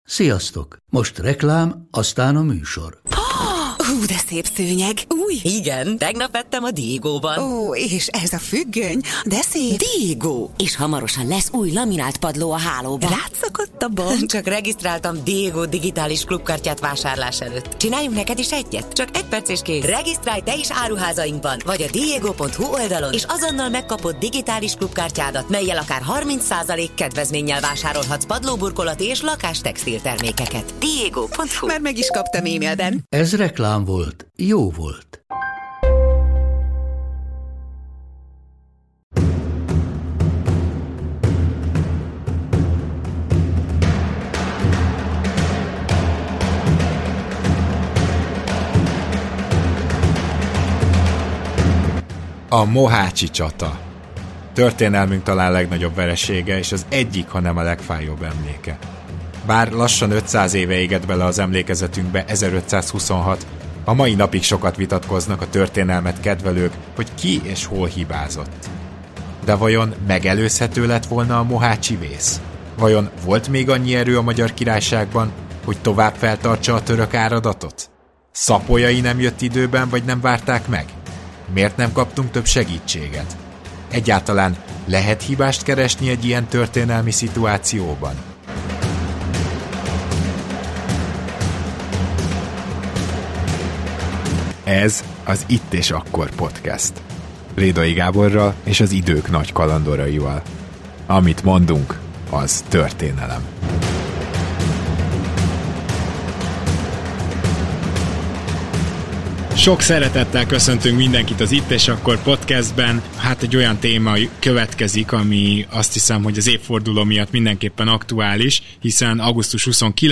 Sziasztok! Most reklám, aztán a műsor. De szép szőnyeg. Új. Igen, tegnap vettem a Diegóban. Ó, és ez a függöny, de szép. Diegó. És hamarosan lesz új laminált padló a hálóban. Rátszakadt a bank. Csak regisztráltam Diegó digitális klubkártyát vásárlás előtt. Csináljunk neked is egyet? Csak 1 perc és kész. Regisztrálj te is áruházainkban, vagy a diego.hu oldalon, és azonnal megkapod digitális klubkártyádat, mellyel akár 30% kedvezménnyel vásárolhatsz padlóburkolati és lakástextil termékeket. Diego.hu. Már meg is kaptam e-mailben. Ez reklám volt. Jó volt. A Mohácsi csata. Történelmünk talán legnagyobb veresége, és az egyik, ha nem a legfájóbb emléke. Bár lassan 500 éve égett bele az emlékezetünkbe 1526, a mai napig sokat vitatkoznak a történelmet kedvelők, hogy ki és hol hibázott. De vajon megelőzhető lett volna a mohácsi vész? Vajon volt még annyi erő a Magyar Királyságban, hogy tovább feltartsa a török áradatot? Szapolyai nem jött időben, vagy nem várták meg? Miért nem kaptunk több segítséget? Egyáltalán lehet hibást keresni egy ilyen történelmi szituációban? Ez az Itt és Akkor podcast. Rédai Gáborral és az idők nagy kalandoraival. Amit mondunk, az történelem. Sok szeretettel köszöntünk mindenkit az Itt és Akkor podcastben. Hát egy olyan téma következik, ami azt hiszem, hogy az évforduló miatt mindenképpen aktuális, hiszen augusztus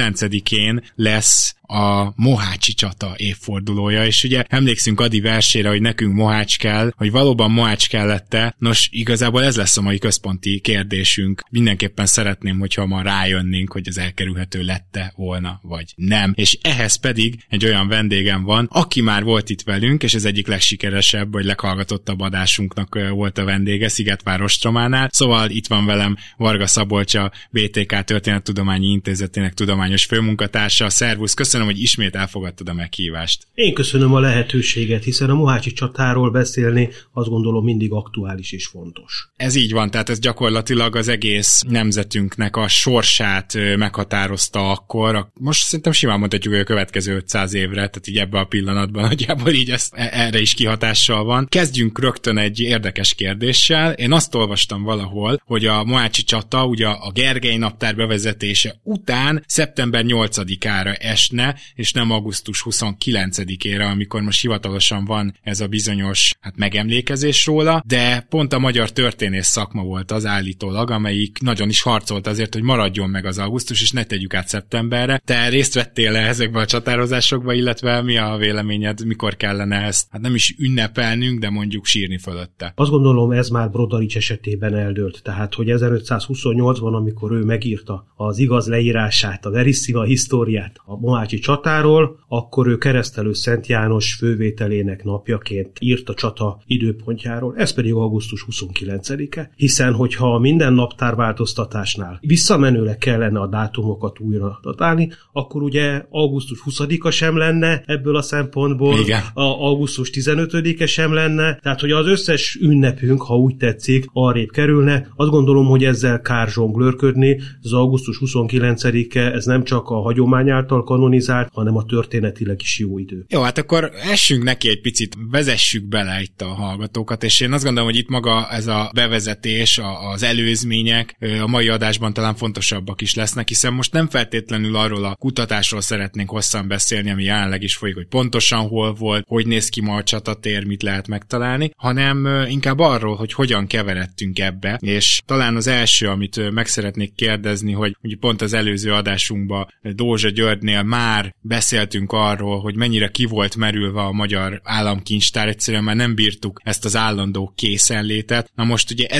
29-én lesz a Mohácsi csata évfordulója, és ugye emlékszünk Adi versére, hogy nekünk Mohács kell, hogy valóban Mohács kellett-e. Nos, igazából ez lesz a mai központi kérdésünk. Mindenképpen szeretném, hogyha ma rájönnénk, hogy ez elkerülhető lett-e volna, vagy nem. És ehhez pedig egy olyan vendégem van, aki már volt itt velünk, és ez egyik legsikeresebb, vagy leghallgatottabb adásunknak volt a vendége, Szigetvár Ostrománál. Szóval itt van velem Varga Szabolcs, a BTK Történettudományi Intézetének tudományos főmunkatársa. Szervusz, köszönöm, hogy ismét elfogadtad a meghívást. Én köszönöm a lehetőséget, hiszen a Mohácsi csatáról beszélni azt gondolom mindig aktuális és fontos. Ez így van, tehát ez gyakorlatilag az egész nemzetünknek a sorsát meghatározta akkor. Most szerintem simán mondhatjuk, hogy a következő 500 évre, tehát így ebben a pillanatban nagyjából így erre is kihatással van. Kezdjünk rögtön egy érdekes kérdéssel. Én azt olvastam valahol, hogy a Mohácsi csata ugye a Gergely naptár bevezetése után szeptember 8-ára esne, és nem augusztus 29-ére, amikor most hivatalosan van ez a bizonyos megemlékezés róla, de pont a magyar történész szakma volt az állítólag, amelyik nagyon is harcolt azért, hogy maradjon meg az augusztus, és ne tegyük át szeptemberre. Te részt vettél-e ezekben a csatározásokban, illetve mi a véleményed, mikor kellene ezt nem is ünnepelnünk, de mondjuk sírni fölötte? Azt gondolom, ez már Brodarics esetében eldőlt, tehát hogy 1528-ban, amikor ő megírta az igaz leírását, a Verissima Historiát a Mohácsi csatáról, akkor ő Keresztelő Szent János fővételének napjaként írt a csata időpontjáról, ez pedig augusztus 29-e, hiszen hogyha minden naptárváltoztatásnál visszamenőleg kellene a dátumokat újra datálni, akkor ugye augusztus 20-a sem lenne ebből a szempontból, augusztus 15-e sem lenne, tehát hogy az összes ünnepünk, ha úgy tetszik, arrébb kerülne. Azt gondolom, hogy ezzel kár zsonglőrködni, az augusztus 29-e, ez nem csak a hagyomány által kanonizált, hanem a történetileg is jó idő. Jó, hát akkor essünk neki egy picit, vezessük bele itt a hallgatókat, és én azt gondolom, hogy itt maga ez a bevezetés, az előzmények a mai adásban talán fontosabbak is lesznek, hiszen most nem feltétlenül arról a kutatásról szeretnénk hosszan beszélni, ami jelenleg is folyik, hogy pontosan hol volt, hogy néz ki ma a csatatér, mit lehet megtalálni, hanem inkább arról, hogy hogyan keveredtünk ebbe, és talán az első, amit meg szeretnék kérdezni, hogy pont az előző adásunkban Dózsa Györgynél már beszéltünk arról, hogy mennyire ki volt merülve a magyar államkincstár, egyszerűen már nem bírtuk ezt az állandó készenlétet. Na most ugye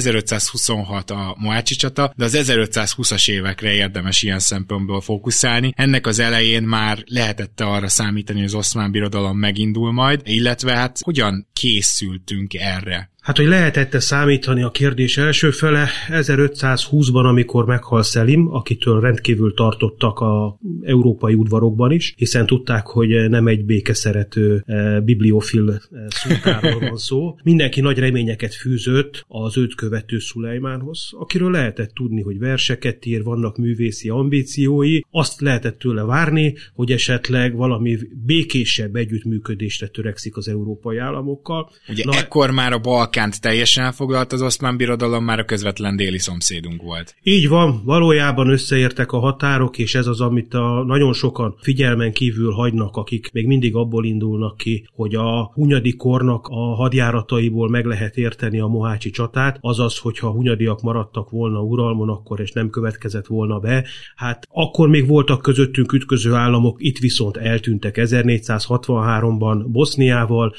1526 a Mohácsi csata, de az 1520-as évekre érdemes ilyen szempontból fókuszálni. Ennek az elején már lehetett arra számítani, hogy az Oszmán Birodalom megindul majd, illetve hogyan készültünk erre? Hát, hogy lehetett-e számítani, a kérdés első fele. 1520-ban, amikor meghal Szelim, akitől rendkívül tartottak az európai udvarokban is, hiszen tudták, hogy nem egy békeszerető bibliofil szultáról van szó. Mindenki nagy reményeket fűzött az őt követő Szulejmánhoz, akiről lehetett tudni, hogy verseket ír, vannak művészi ambíciói. Azt lehetett tőle várni, hogy esetleg valami békésebb együttműködésre törekszik az európai államokkal. Ugye ekkor már a Balkánt teljesen elfoglalt az Oszmán Birodalom, már a közvetlen déli szomszédunk volt. Így van, valójában összeértek a határok, és ez az, amit nagyon sokan figyelmen kívül hagynak, akik még mindig abból indulnak ki, hogy a Hunyadi kornak a hadjárataiból meg lehet érteni a mohácsi csatát, azaz, hogyha a hunyadiak maradtak volna uralmon, akkor és nem következett volna be. Hát akkor még voltak közöttünk ütköző államok, itt viszont eltűntek 1463-ban Boszniával,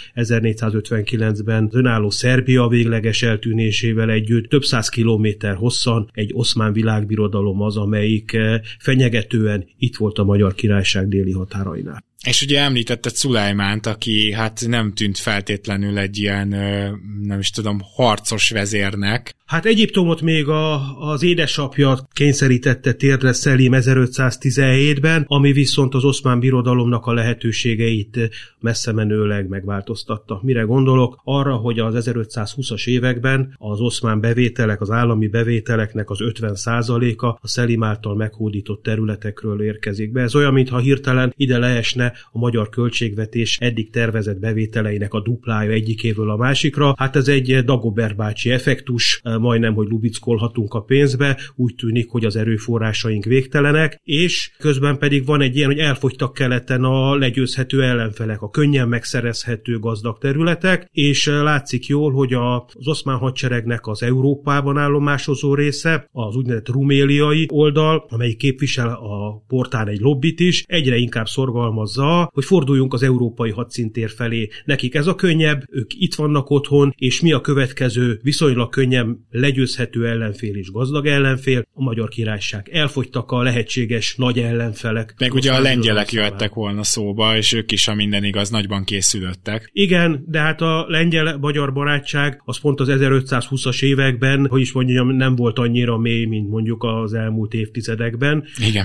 1459-ben önálló Szerbia végleges eltűnésével együtt, több száz kilométer hosszan egy oszmán világbirodalom az, amelyik fenyegetően itt volt a Magyar Királyság déli határainál. És ugye említetted Szulejmánt, aki hát nem tűnt feltétlenül egy ilyen, nem is tudom, harcos vezérnek. Hát Egyiptomot még az édesapja kényszerítette térdre Szelim 1517-ben, ami viszont az Oszmán Birodalomnak a lehetőségeit messze menőleg megváltoztatta. Mire gondolok? Arra, hogy az 1520-as években az oszmán bevételek, az állami bevételeknek az 50%-a a Szelim által meghódított területekről érkezik be. Ez olyan, mintha hirtelen ide leesne a magyar költségvetés eddig tervezett bevételeinek a duplája egyik évről a másikra. Hát ez egy Dagobert bácsi effektus, majdnem, hogy lubickolhatunk a pénzbe, úgy tűnik, hogy az erőforrásaink végtelenek, és közben pedig van egy ilyen, hogy elfogytak keleten a legyőzhető ellenfelek, a könnyen megszerezhető gazdag területek, és látszik jól, hogy az oszmán hadseregnek az Európában állomásozó része, az úgynevezett ruméliai oldal, amelyik képvisel a portán egy lobbit is, egyre inkább szorgalmazza, hogy forduljunk az európai hadszintér felé. Nekik ez a könnyebb, ők itt vannak otthon, és mi a következő viszonylag könnyen legyőzhető ellenfél és gazdag ellenfél? A Magyar Királyság. Elfogytak a lehetséges nagy ellenfelek. Meg ugye a lengyelek jöttek volna szóba, és ők is, a minden igaz, nagyban készülöttek. Igen, de hát a lengyel-magyar barátság az pont az 1520-as években, hogy is mondjam, nem volt annyira mély, mint mondjuk az elmúlt évtizedekben. Igen.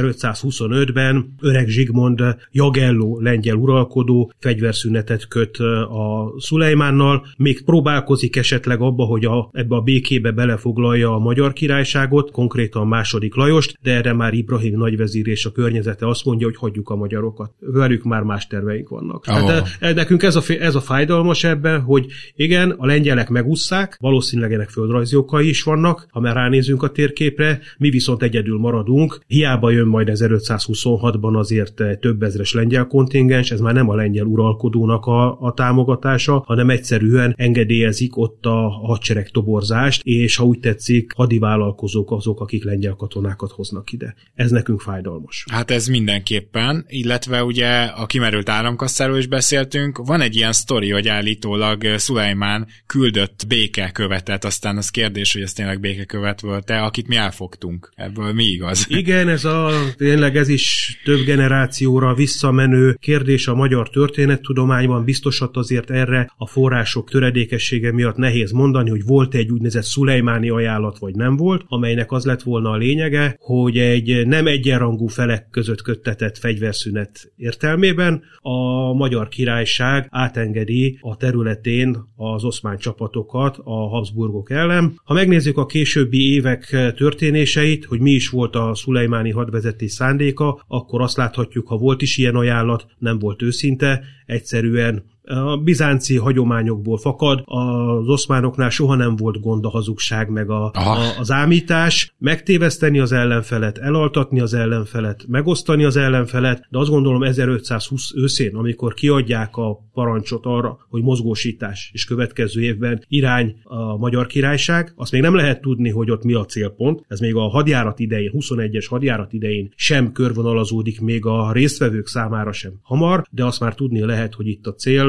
1525-ben öreg Zsigmond Jagelló lengyel uralkodó fegyverszünetet köt a Szulejmánnal, még próbálkozik esetleg abba, hogy ebbe a békébe belefoglalja a Magyar Királyságot, konkrétan második Lajost, de erre már Ibrahim nagyvezír és a környezete azt mondja, hogy hagyjuk a magyarokat. Velük már más terveink vannak. Tehát nekünk ez a fájdalmas ebben, hogy igen, a lengyelek megússzák, valószínűleg ennek földrajzi okai is vannak, ha már ránézünk a térképre, mi viszont egyedül maradunk. Hiába jön majd 1526-ban azért több ezres lengyel kontingens, ez már nem a lengyel uralkodónak a támogatása, hanem egyszerűen engedélyezik ott a hadsereg toborzást, és ha úgy tetszik, hadivállalkozók azok, akik lengyel katonákat hoznak ide. Ez nekünk fájdalmas. Hát ez mindenképpen, illetve ugye a kimerült államkasszáról is beszéltünk, van egy ilyen sztori, hogy állítólag Szulejmán küldött békekövetet, aztán az kérdés, hogy ez tényleg békekövet volt-e, akit mi elfogtunk. Ebből mi igaz? Igen, tényleg ez is több generációra visszamenő kérdés a magyar történettudományban, biztosat azért erre a források töredékessége miatt nehéz mondani, hogy volt egy úgynevezett szulejmáni ajánlat, vagy nem volt, amelynek az lett volna a lényege, hogy egy nem egyenrangú felek között köttetett fegyverszünet értelmében a Magyar Királyság átengedi a területén az oszmán csapatokat a Habsburgok ellen. Ha megnézzük a későbbi évek történéseit, hogy mi is volt a szulejmáni hadvezetés szándéka, akkor azt láthatjuk, ha volt is ilyen ajánlat, nem volt őszinte, egyszerűen a bizánci hagyományokból fakad, az oszmánoknál soha nem volt gond a hazugság meg az ámítás, megtéveszteni az ellenfelet, elaltatni az ellenfelet, megosztani az ellenfelet, de azt gondolom 1520 őszén, amikor kiadják a parancsot arra, hogy mozgósítás és következő évben irány a Magyar Királyság, azt még nem lehet tudni, hogy ott mi a célpont, ez még a hadjárat idején, 21-es hadjárat idején sem körvonalazódik még a résztvevők számára sem hamar, de azt már tudni lehet, hogy itt a cél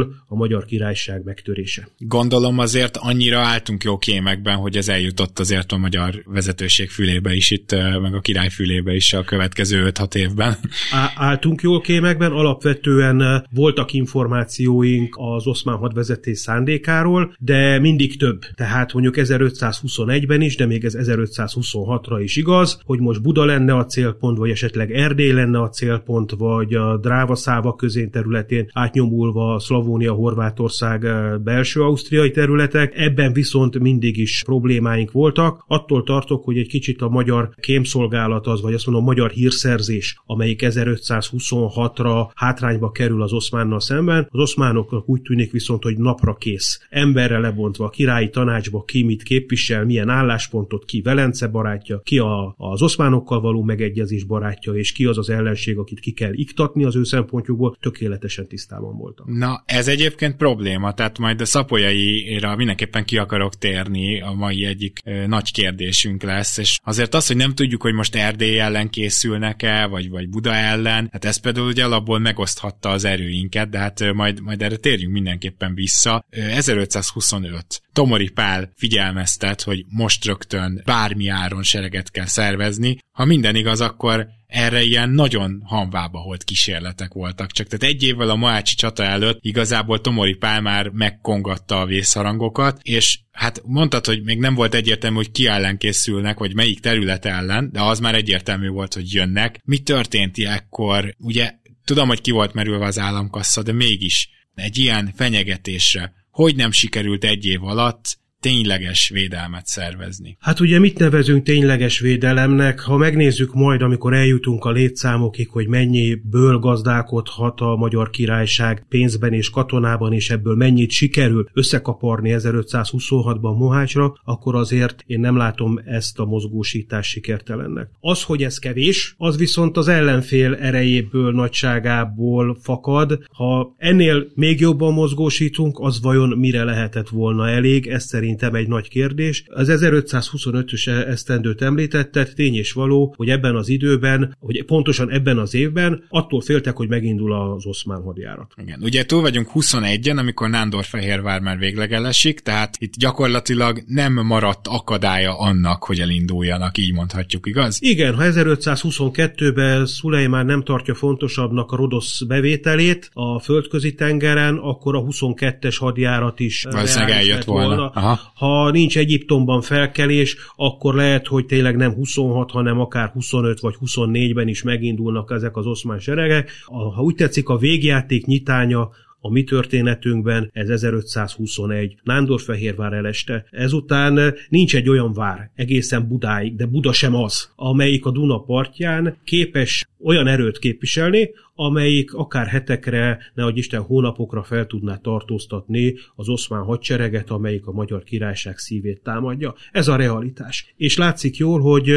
ebből a Magyar Királyság megtörése. Gondolom azért annyira álltunk jó kémekben, hogy ez eljutott azért a magyar vezetőség fülébe is itt, meg a király fülébe is a következő 5-6 évben. Álltunk jól kémekben, alapvetően voltak információink az oszmán hadvezetés szándékáról, de mindig több. Tehát mondjuk 1521-ben is, de még ez 1526-ra is igaz, hogy most Buda lenne a célpont, vagy esetleg Erdély lenne a célpont, vagy a Dráva-Száva közén területén átnyomulva Szlavónia, Horvátország, belső ausztriai területek. Ebben viszont mindig is problémáink voltak. Attól tartok, hogy egy kicsit a magyar kémszolgálat az, vagy azt mondom, a magyar hírszerzés, amelyik 1526-ra hátrányba kerül az oszmánnal szemben. Az oszmánoknak úgy tűnik viszont, hogy napra kész. Emberre lebontva a királyi tanácsba ki mit képvisel, milyen álláspontot, ki Velence barátja, ki az oszmánokkal való megegyezés barátja, és ki az az ellenség, akit ki kell iktatni az ő szempontjukból, tökéletesen tisztában voltam. Na, ez egyébként probléma, tehát majd a Szapolyaira mindenképpen ki akarok térni, a mai egyik nagy kérdésünk lesz, és azért az, hogy nem tudjuk, hogy most Erdély ellen készülnek-e, vagy Buda ellen, hát ez például ugye alapból megoszthatta az erőinket, de hát majd erre térjünk mindenképpen vissza. 1525. Tomori Pál figyelmeztet, hogy most rögtön bármi áron sereget kell szervezni. Ha minden igaz, akkor erre ilyen nagyon hanvába holt kísérletek voltak. Csak tehát egy évvel a mohácsi csata előtt igazából Tomori Pál már megkongatta a vészharangokat, és hát mondtad, hogy még nem volt egyértelmű, hogy ki ellen készülnek, vagy melyik terület ellen, de az már egyértelmű volt, hogy jönnek. Mi történt ekkor? Ugye tudom, hogy ki volt merülve az államkassa, de mégis egy ilyen fenyegetésre hogy nem sikerült egy év alatt tényleges védelmet szervezni? Hát ugye mit nevezünk tényleges védelemnek? Ha megnézzük majd, amikor eljutunk a létszámokig, hogy mennyiből gazdálkodhat a Magyar Királyság pénzben és katonában, és ebből mennyit sikerül összekaparni 1526-ban Mohácsra, akkor azért én nem látom ezt a mozgósítást sikertelennek. Az, hogy ez kevés, az viszont az ellenfél erejéből, nagyságából fakad. Ha ennél még jobban mozgósítunk, az vajon mire lehetett volna elég? Ez szerintem egy nagy kérdés. Az 1525-ös esztendőt említetted, tény és való, hogy ebben az időben, hogy pontosan ebben az évben attól féltek, hogy megindul az oszmán hadjárat. Igen. Ugye túl vagyunk 21-en, amikor Nándorfehérvár már végleg elesik, tehát itt gyakorlatilag nem maradt akadálya annak, hogy elinduljanak, így mondhatjuk, igaz? Igen, ha 1522-ben Szulejmán nem tartja fontosabbnak a Rodosz bevételét a földközi tengeren, akkor a 22-es hadjárat is valószínűleg eljött volna. Aha. Ha nincs Egyiptomban felkelés, akkor lehet, hogy tényleg nem 26, hanem akár 25 vagy 24-ben is megindulnak ezek az oszmán seregek. Ha úgy tetszik, a végjáték nyitánya a mi történetünkben ez 1521. Nándorfehérvár eleste. Ezután nincs egy olyan vár egészen Budáig, de Buda sem az, amelyik a Duna partján képes olyan erőt képviselni, amelyik akár hetekre, nehogy Isten hónapokra fel tudná tartóztatni az oszmán hadsereget, amelyik a Magyar Királyság szívét támadja. Ez a realitás. És látszik jól, hogy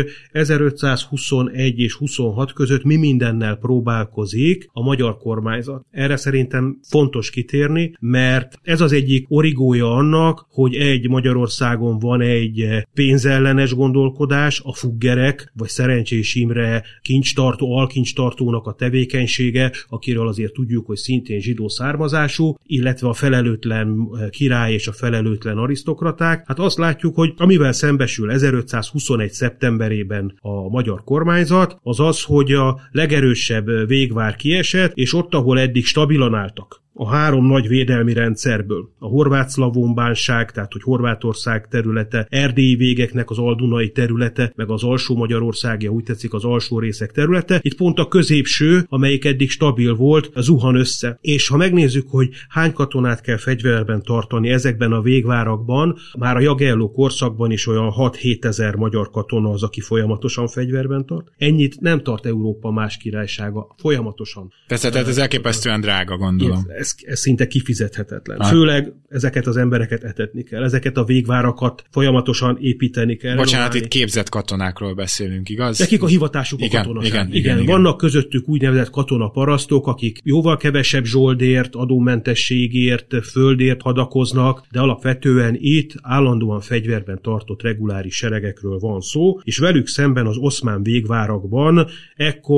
1521 és 26 között mi mindennel próbálkozik a magyar kormányzat. Erre szerintem fontos kitérni, mert ez az egyik origója annak, hogy Magyarországon van egy pénzellenes gondolkodás, a fuggerek, vagy Szerencsés Imre alkincstartónak a tevékenysége, akiről azért tudjuk, hogy szintén zsidó származású, illetve a felelőtlen király és a felelőtlen arisztokraták. Hát azt látjuk, hogy amivel szembesül 1521. szeptemberében a magyar kormányzat, az az, hogy a legerősebb végvár kiesett, és ott, ahol eddig stabilan álltak a három nagy védelmi rendszerből, a horvát-szlavón bánság, tehát hogy Horvátország területe, erdélyi végeknek az aldunai területe, meg az alsó Magyarország, úgy tetszik az alsó részek területe, itt pont a középső, amelyik eddig stabil volt, zuhan össze. És ha megnézzük, hogy hány katonát kell fegyverben tartani ezekben a végvárakban, már a Jagelló korszakban is olyan 6-7 ezer magyar katona az, aki folyamatosan fegyverben tart. Ennyit nem tart Európa más királysága folyamatosan. Persze, tehát ez elképesztően drága, gondolom. Ez szinte kifizethetetlen. Főleg ezeket az embereket etetni kell, ezeket a végvárakat folyamatosan építeni kell. Bocsánat, itt képzett katonákról beszélünk, igaz? Nekik a hivatásuk a katonaság. Igen. Vannak közöttük úgynevezett katonaparasztok, akik jóval kevesebb zsoldért, adómentességért, földért hadakoznak, de alapvetően itt állandóan fegyverben tartott reguláris seregekről van szó, és velük szemben az oszmán végvárakban ekkor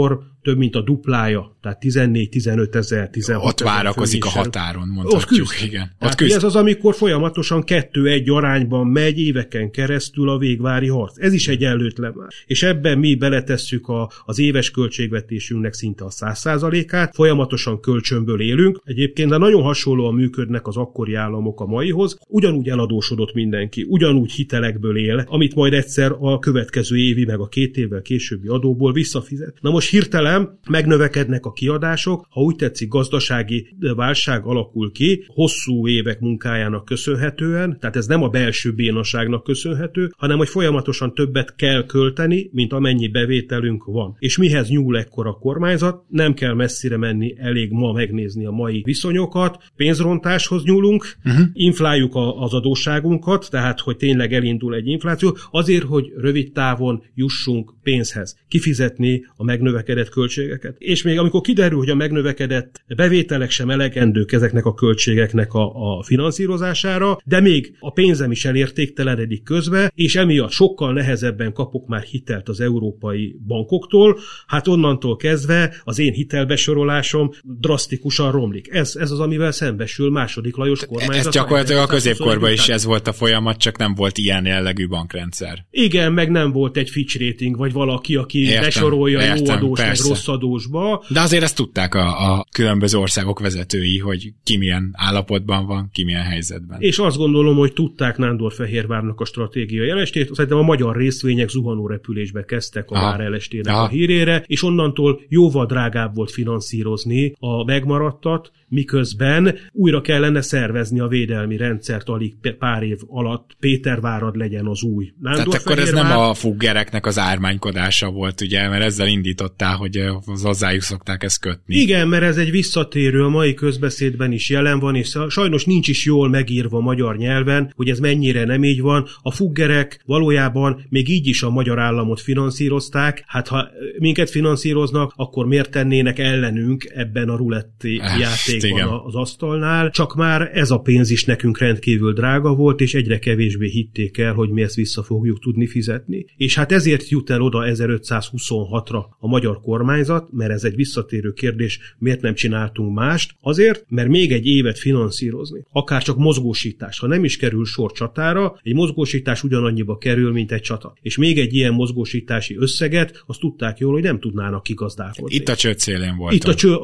több mint a duplája, tehát 14-15 ezer, 16 ott várakozik a határon, mondhatjuk. Igen. Ez az, amikor folyamatosan 2-1 arányban megy éveken keresztül a végvári harc. Ez is egyenlőtlen már. És ebben mi beletesszük az éves költségvetésünknek szinte a 100%-át, folyamatosan kölcsönből élünk. Egyébként de nagyon hasonlóan működnek az akkori államok a maihoz. Ugyanúgy eladósodott mindenki, ugyanúgy hitelekből él, amit majd egyszer a következő évi, meg a 2 évvel későbbi adóból visszafizet. Na most hirtelen megnövekednek a kiadások, ha úgy tetszik, gazdasági válság alakul ki, hosszú évek munkájának köszönhetően, tehát ez nem a belső bénaságnak köszönhető, hanem hogy folyamatosan többet kell költeni, mint amennyi bevételünk van. És mihez nyúl ekkor a kormányzat? Nem kell messzire menni, elég ma megnézni a mai viszonyokat, pénzrontáshoz nyúlunk, infláljuk az adósságunkat, tehát hogy tényleg elindul egy infláció, azért, hogy rövid távon jussunk pénzhez, kifizetni a megnövekedett költségeket. És még amikor kiderül, hogy a megnövekedett bevételek sem elegendők ezeknek a költségeknek a finanszírozására, de még a pénzem is elértéktelenedik közben, és emiatt sokkal nehezebben kapok már hitelt az európai bankoktól, hát onnantól kezdve az én hitelbesorolásom drasztikusan romlik. Ez az, amivel szembesül második Lajos kormányzat. Ez gyakorlatilag a középkorban is ez volt a folyamat, csak nem volt ilyen jellegű bankrendszer. Igen, meg nem volt egy Fitch rating, vagy valaki, aki besorolja jó adós, meg rossz adósba. De azért ezt tudták a különböző országok vezetői, hogy ki milyen állapotban van, ki milyen helyzetben. És azt gondolom, hogy tudták Nándorfehérvárnak a stratégiai elestét. Szerintem a magyar részvények zuhanó repülésbe kezdtek a vár elestének a hírére, és onnantól jóval drágább volt finanszírozni a megmaradtat, miközben újra kellene szervezni a védelmi rendszert alig pár év alatt. Pétervárad legyen az új Tehát akkor ez nem a fuggereknek az ármánykodása volt, ugye, mert ezzel indítottál, hogy hozzájuk szokták ezt kötni. Igen, mert ez egy visszatérő, a mai közbeszédben is jelen van, és sajnos nincs is jól megírva magyar nyelven, hogy ez mennyire nem így van. A fuggerek valójában még így is a magyar államot finanszírozták, hát ha minket finanszíroznak, akkor miért tennének ellenünk ebben a ruletti játékban az asztalnál? Csak már ez a pénz is nekünk rendkívül drága volt, és egyre kevésbé hitték el, hogy mi ezt vissza fogjuk tudni fizetni. És hát ezért jut el oda 1526-ra a magyar kormányzat, mert ez egy visszatérő kérdés, miért nem csináltunk mást? Azért, mert még egy évet finanszírozni, akár csak mozgósítás, ha nem is kerül sor csatára, egy mozgósítás ugyanannyiba kerül, mint egy csata. És még egy ilyen mozgósítási összeget, azt tudták jól, hogy nem tudnának kigazdálkodni. Itt a csőd szélén volt.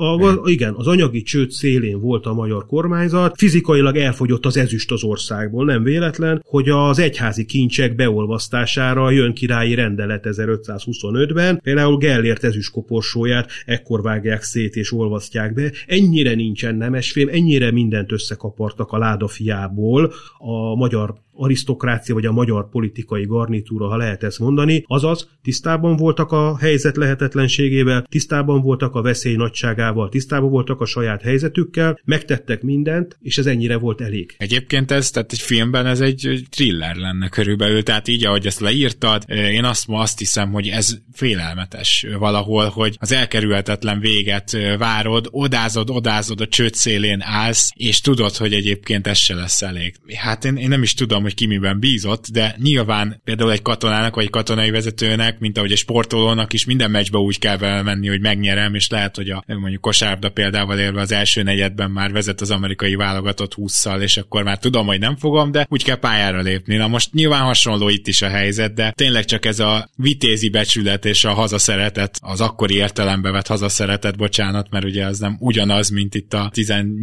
Igen, az anyagi csőd szélén volt a magyar kormányzat, fizikailag elfogyott az ezüst az országból, nem véletlen, hogy az egyházi kincsek beolvasztására jön királyi rendelet 1525-ben, például Gellért ezüstkoporsóját ekkor vágják szét és olvasztják be. Ennyire nincsen nemesfém, ennyire mindent összekapartak a ládafiából a magyar arisztokrácia, vagy a magyar politikai garnitúra, ha lehet ezt mondani, azaz tisztában voltak a helyzet lehetetlenségével, tisztában voltak a veszély nagyságával, tisztában voltak a saját helyzetükkel, megtettek mindent, és ez ennyire volt elég. Egyébként tehát egy filmben ez egy thriller lenne körülbelül, tehát így, ahogy ezt leírtad, én azt hiszem, hogy ez félelmetes valahol, hogy az elkerülhetetlen véget várod, odázod, a csőd szélén állsz, és tudod, hogy egyébként ez se lesz elég. Hát én nem is tudom, hogy ki miben bízott, de nyilván például egy katonának, vagy egy katonai vezetőnek, mint ahogy egy sportolónak is minden meccsbe úgy kell vele menni, hogy megnyerem, és lehet, hogy mondjuk kosárlabda példával élve az első negyedben már vezet az amerikai válogatott 20-szal, és akkor már tudom, hogy nem fogom, de úgy kell pályára lépni. Na most nyilván hasonló itt is a helyzet, de tényleg csak ez a vitézi becsület és a hazaszeretet, az akkori értelembe vett hazaszeretet, bocsánat, mert ugye az nem ugyanaz, mint itt a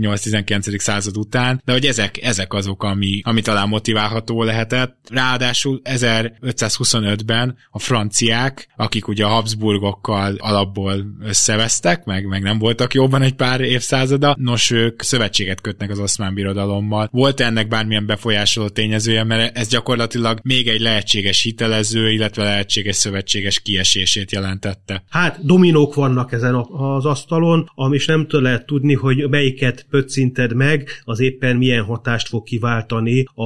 18-19. század után, de hogy ezek azok, ami talán motiválható lehetett. Ráadásul 1525-ben a franciák, akik ugye a Habsburgokkal alapból összevesztek, meg nem voltak jóban egy pár évszázada, nos, ők szövetséget kötnek az Oszmán Birodalommal. Volt ennek bármilyen befolyásoló tényezője, mert ez gyakorlatilag még egy lehetséges hitelező, illetve lehetséges szövetséges kiesését jelentette. Hát dominók vannak ezen az asztalon, és nem lehet tudni, hogy melyiket pöccinted meg, az éppen milyen hatást fog kiváltani a sor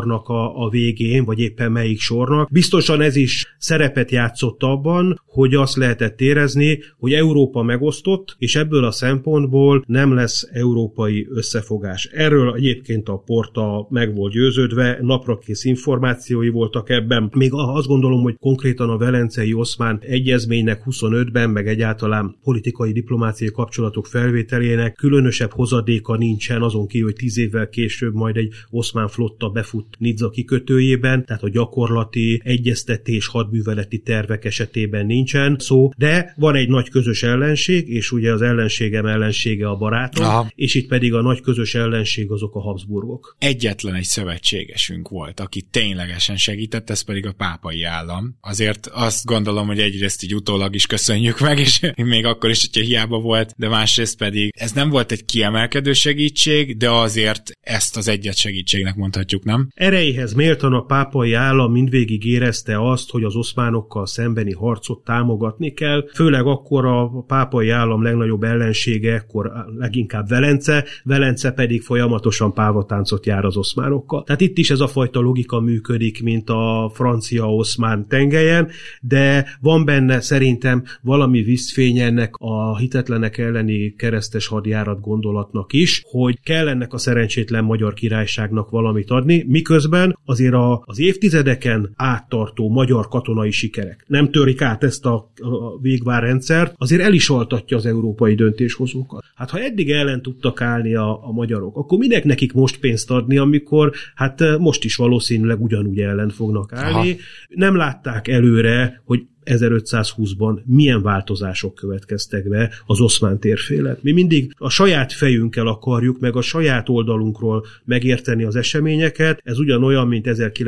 sornak a végén, vagy éppen melyik sornak. Biztosan ez is szerepet játszott abban, hogy azt lehetett érezni, hogy Európa megosztott, és ebből a szempontból nem lesz európai összefogás. Erről egyébként a Porta meg volt győződve, naprakész információi voltak ebben. Még azt gondolom, hogy konkrétan a Velencei Oszmán Egyezménynek 25-ben, meg egyáltalán politikai diplomáciai kapcsolatok felvételének különösebb hozadéka nincsen, azon kívül, hogy 10 évvel később majd egy oszmán flotta befut Nizza kikötőjében, tehát a gyakorlati egyeztetés hadműveleti tervek esetében nincsen szó, de van egy nagy közös ellenség, és ugye az ellenségem ellensége a barátom, és itt pedig a nagy közös ellenség azok a Habsburgok. Egyetlen egy szövetségesünk volt, aki ténylegesen segített, ez pedig a pápai állam. Azért azt gondolom, hogy egyrészt így utólag is köszönjük meg, és még akkor is, hogyha hiába volt, de másrészt pedig ez nem volt egy kiemelkedő segítség, de azért ezt az egyet segítségnek mondhatjuk, nem? Erejéhez méltan a pápai állam mindvégig érezte azt, hogy az oszmánokkal szembeni harcot támogatni kell, főleg akkor a pápai állam legnagyobb ellensége, akkor leginkább Velence pedig folyamatosan pávatáncot jár az oszmánokkal. Tehát itt is ez a fajta logika működik, mint a francia-oszmán tengelyen, de van benne szerintem valami vízfény ennek a hitetlenek elleni keresztes hadjárat gondolatnak is, hogy kell ennek a szerencsétlen Magyar Királyságnak valamit adni, miközben azért az évtizedeken áttartó magyar katonai sikerek nem törik át ezt a végvárrendszert, azért el is altatja az európai döntéshozókat. Hát ha eddig ellen tudtak állni a magyarok, akkor minek nekik most pénzt adni, amikor hát most is valószínűleg ugyanúgy ellen fognak állni. Aha. Nem látták előre, hogy 1520-ban milyen változások következtek be az oszmán térfélen. Mi mindig a saját fejünkkel akarjuk, meg a saját oldalunkról megérteni az eseményeket. Ez ugyanolyan, mint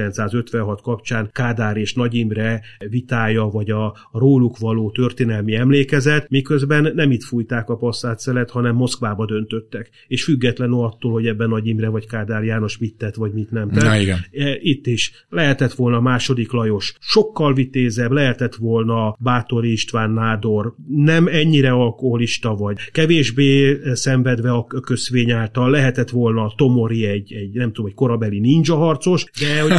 1956 kapcsán Kádár és Nagy Imre vitája, vagy a róluk való történelmi emlékezet, miközben nem itt fújták a passzát-szelet, hanem Moszkvába döntöttek. És függetlenül attól, hogy ebben Nagy Imre vagy Kádár János mit tett, vagy mit nem tett. Na, igen. Itt is lehetett volna második Lajos sokkal vitézebb, lehetett volna Báthori István Nádor nem ennyire alkoholista vagy, kevésbé szenvedve a köszvény által, lehetett volna Tomori egy nem tudom, egy korabeli ninja harcos, de hogy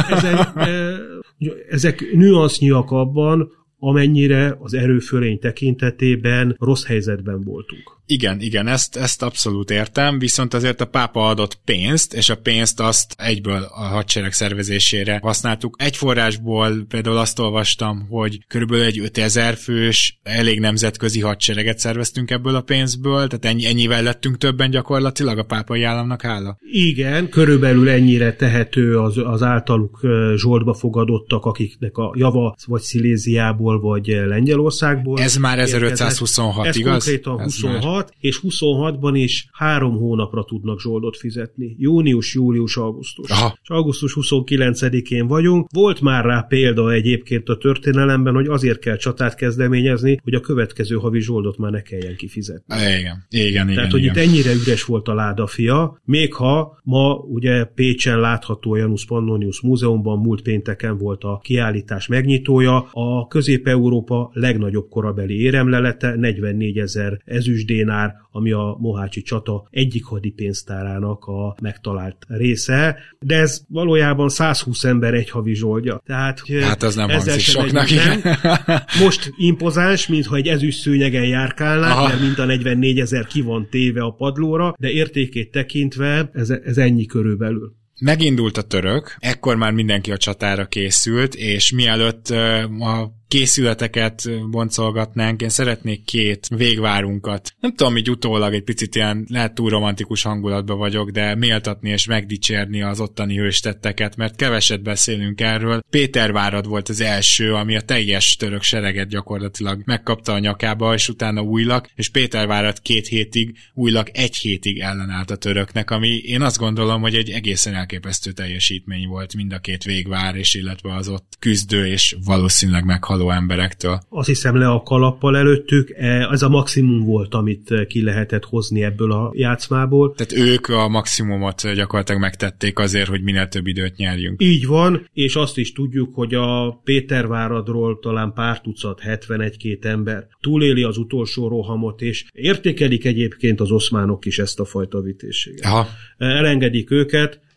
ezek nüansznyiak abban, amennyire az erőfölény tekintetében rossz helyzetben voltunk. Igen, ezt abszolút értem, viszont azért a pápa adott pénzt, és a pénzt azt egyből a hadsereg szervezésére használtuk. Egy forrásból például azt olvastam, hogy körülbelül egy 5000 fős, elég nemzetközi hadsereget szerveztünk ebből a pénzből, tehát ennyivel lettünk többen gyakorlatilag a pápai államnak hála. Igen, körülbelül ennyire tehető az általuk zsoldba fogadottak, akiknek a java vagy Sziléziából, vagy Lengyelországból. Ez már 1526, ez igaz? Konkrétan 26. És 26-ban is 3 hónapra tudnak zsoldot fizetni. Június, július, augusztus. Aha. És augusztus 29-én vagyunk. Volt már rá példa egyébként a történelemben, hogy azért kell csatát kezdeményezni, hogy a következő havi zsoldot már ne kelljen kifizetni. Igen. Tehát, hogy itt ennyire üres volt a ládafia, még ha ma ugye Pécsen látható a Janus Pannonius Múzeumban múlt pénteken volt a kiállítás megnyitója, a Közép-Európa legnagyobb korabeli éremlelete, 44 000 ezüstdénár, ami a mohácsi csata egyik hadipénztárának a megtalált része, de ez valójában 120 ember egy havi zsoldja. Tehát az nem hangzik soknak, igen. Most impozáns, mintha egy ezüst szőnyegen járkálnák, mert mint a 44 000 ki van téve a padlóra, de értékét tekintve ez ennyi körülbelül. Megindult a török, ekkor már mindenki a csatára készült, és mielőtt a készületeket boncolgatnánk, én szeretnék 2 végvárunkat. Nem tudom, így utólag egy picit ilyen, lehet túl romantikus hangulatban vagyok, de méltatni és megdicsérni az ottani hőstetteket, mert keveset beszélünk erről. Pétervárad volt az első, ami a teljes török sereget gyakorlatilag megkapta a nyakába, és utána Újlak, és Pétervárad 2 hétig, Újlak 1 hétig ellenállt a töröknek, ami én azt gondolom, hogy egy egészen elképesztő teljesítmény volt mind a 2 végvár, és illetve az ott küzdő és valószínűleg meghaló emberektől. Azt hiszem le a kalappal előttük, ez a maximum volt, amit ki lehetett hozni ebből a játszmából. Tehát ők a maximumot gyakorlatilag megtették azért, hogy minél több időt nyerjünk. Így van, és azt is tudjuk, hogy a Péterváradról talán pár tucat, 71-2 ember túléli az utolsó rohamot, és értékelik egyébként az oszmánok is ezt a fajta vitézséget. Aha. Elengedik őket,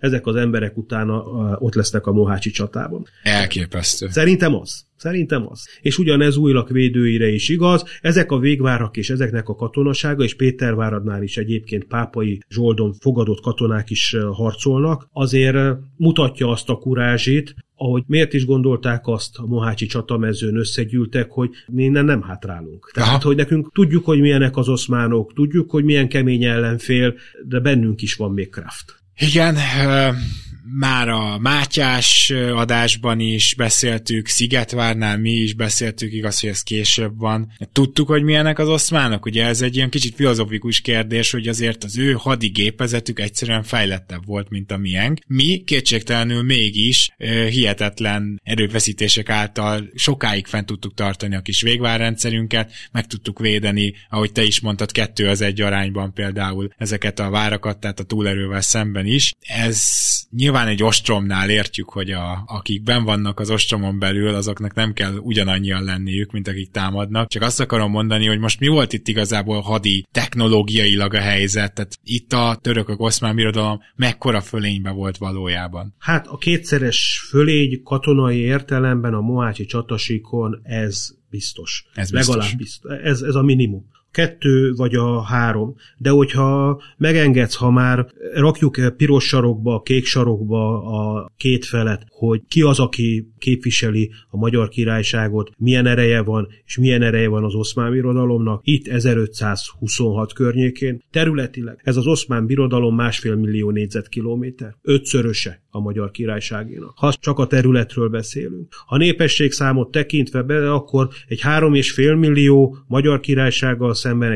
ezek az emberek utána ott lesznek a mohácsi csatában. Elképesztő. Szerintem az. És ugyanez Újlak védőire is igaz. Ezek a végvárak és ezeknek a katonasága, és Péterváradnál is egyébként Pápai Zsoldon fogadott katonák is harcolnak, azért mutatja azt a kurázsit, ahogy miért is gondolták azt a mohácsi csatamezőn összegyűltek, hogy mi innen nem hátrálunk. Tehát, hogy nekünk tudjuk, hogy milyenek az oszmánok, tudjuk, hogy milyen kemény ellenfél, de bennünk is van még kraft. Igen, már a Mátyás adásban is beszéltük, Szigetvárnál mi is beszéltük, igaz, hogy ez később van. Tudtuk, hogy milyenek az oszmánok, ugye ez egy ilyen kicsit filozofikus kérdés, hogy azért az ő hadigépezetük egyszerűen fejlettebb volt, mint a miénk. Mi kétségtelenül mégis hihetetlen erőfeszítések által sokáig fent tudtuk tartani a kis végvárrendszerünket, meg tudtuk védeni, ahogy te is mondtad, 2-1 arányban például ezeket a várakat, tehát a túlerővel szemben is. Ez nyilván egy ostromnál értjük, hogy akik benn vannak az ostromon belül, azoknak nem kell ugyanannyian lenniük, mint akik támadnak. Csak azt akarom mondani, hogy most mi volt itt igazából hadi technológiailag a helyzet, tehát itt a török-oszmán birodalom mekkora fölényben volt valójában? Hát a kétszeres fölény katonai értelemben a mohácsi csatasíkon ez biztos. Legalább biztos. Ez a minimum. 2 vagy a 3, de hogyha megengedsz, ha már rakjuk piros sarokba, kék sarokba a két felet, hogy ki az, aki képviseli a Magyar Királyságot, milyen ereje van, és milyen ereje van az Oszmán Birodalomnak, itt 1526 környékén. Területileg ez az Oszmán Birodalom 1,5 millió négyzetkilométer, 5-szöröse a Magyar Királyságénak. Ha csak a területről beszélünk. Ha népességszámot tekintve be, akkor egy 3,5 millió Magyar Királysággal szemben egy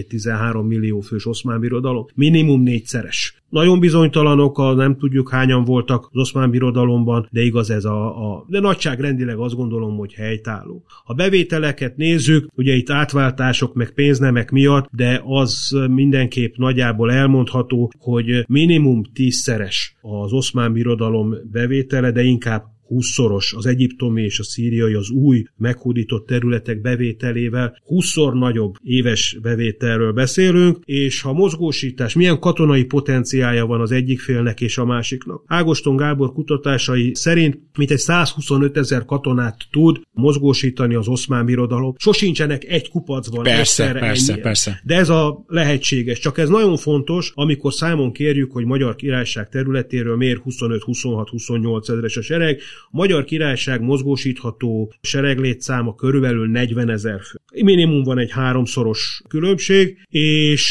12-13 millió fős Oszmán Birodalom minimum 4-szeres. Nagyon bizonytalanok, nem tudjuk hányan voltak az Oszmán Birodalomban, de igaz ez de nagyságrendileg azt gondolom, hogy helytálló. A bevételeket nézzük, ugye itt átváltások meg pénznemek miatt, de az mindenképp nagyjából elmondható, hogy minimum 10-szeres az Oszmán Birodalom bevétele, de inkább 20-szoros az egyiptomi és a szíriai, az új meghódított területek bevételével 20-szor nagyobb éves bevételről beszélünk, és ha mozgósítás, milyen katonai potenciálja van az egyik félnek és a másiknak. Ágoston Gábor kutatásai szerint mintegy 125 000 katonát tud mozgósítani az Oszmán Birodalom. Sosincsenek egy kupacban. Persze. De ez a lehetséges. Csak ez nagyon fontos, amikor számon kérjük, hogy Magyar Királyság területéről miért 25-26-28 ezeres a sereg. A Magyar Királyság mozgósítható sereglétszáma körülbelül 40 000 fő. Minimum van egy 3-szoros különbség, és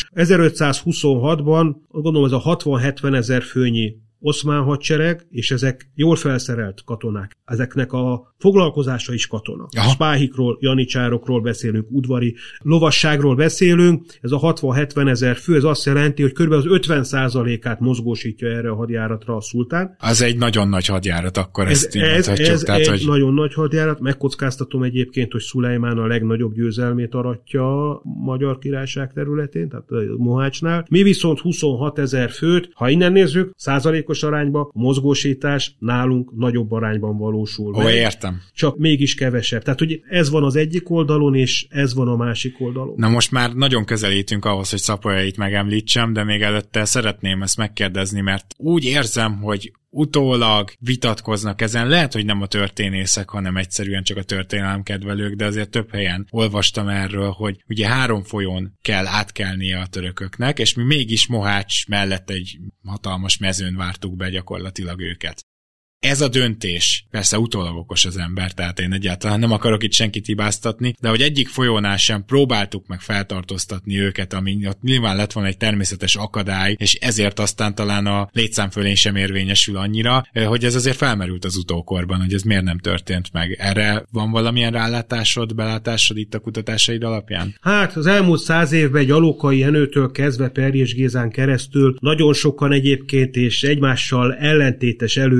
1526-ban, gondolom ez a 60-70 000 főnyi oszmán hadsereg, és ezek jól felszerelt katonák. Ezeknek a foglalkozása is katona. Spáhikról, janicsárokról beszélünk, udvari lovasságról beszélünk. Ez a 60-70 000 fő, ez azt jelenti, hogy kb. Az 50%-át mozgósítja erre a hadjáratra a szultán. Az egy nagyon nagy hadjárat, akkor ezt így mondhatjuk. Ez egy nagyon nagy hadjárat. Megkockáztatom egyébként, hogy Szulejmán a legnagyobb győzelmét aratja a Magyar Királyság területén, tehát a Mohácsnál. Mi viszont 26 000 főt, ha innen nézzük, százalékos arányban a mozgósítás nálunk nagyobb arányban valósul. Értem. Csak mégis kevesebb. Tehát, hogy ez van az egyik oldalon, és ez van a másik oldalon. Na most már nagyon közelítünk ahhoz, hogy Szapolyait megemlítsem, de még előtte szeretném ezt megkérdezni, mert úgy érzem, hogy utólag vitatkoznak ezen. Lehet, hogy nem a történészek, hanem egyszerűen csak a történelemkedvelők, de azért több helyen olvastam erről, hogy ugye 3 folyón kell átkelnie a törököknek, és mi mégis Mohács mellett egy hatalmas mezőn vártuk be gyakorlatilag őket. Ez a döntés, persze utólag okos az ember, tehát én egyáltalán nem akarok itt senkit hibáztatni, de hogy egyik folyónál sem próbáltuk meg feltartóztatni őket, ami ott nyilván lett volna egy természetes akadály, és ezért aztán talán a létszámfölény sem érvényesül annyira, hogy ez azért felmerült az utókorban, hogy ez miért nem történt meg. Erre van valamilyen belátásod itt a kutatásaid alapján? Hát az elmúlt 100 évben egy Alókai Jenőtől kezdve Perjés Gézán keresztül nagyon sokan egyébként és egymással ellentétes előjellel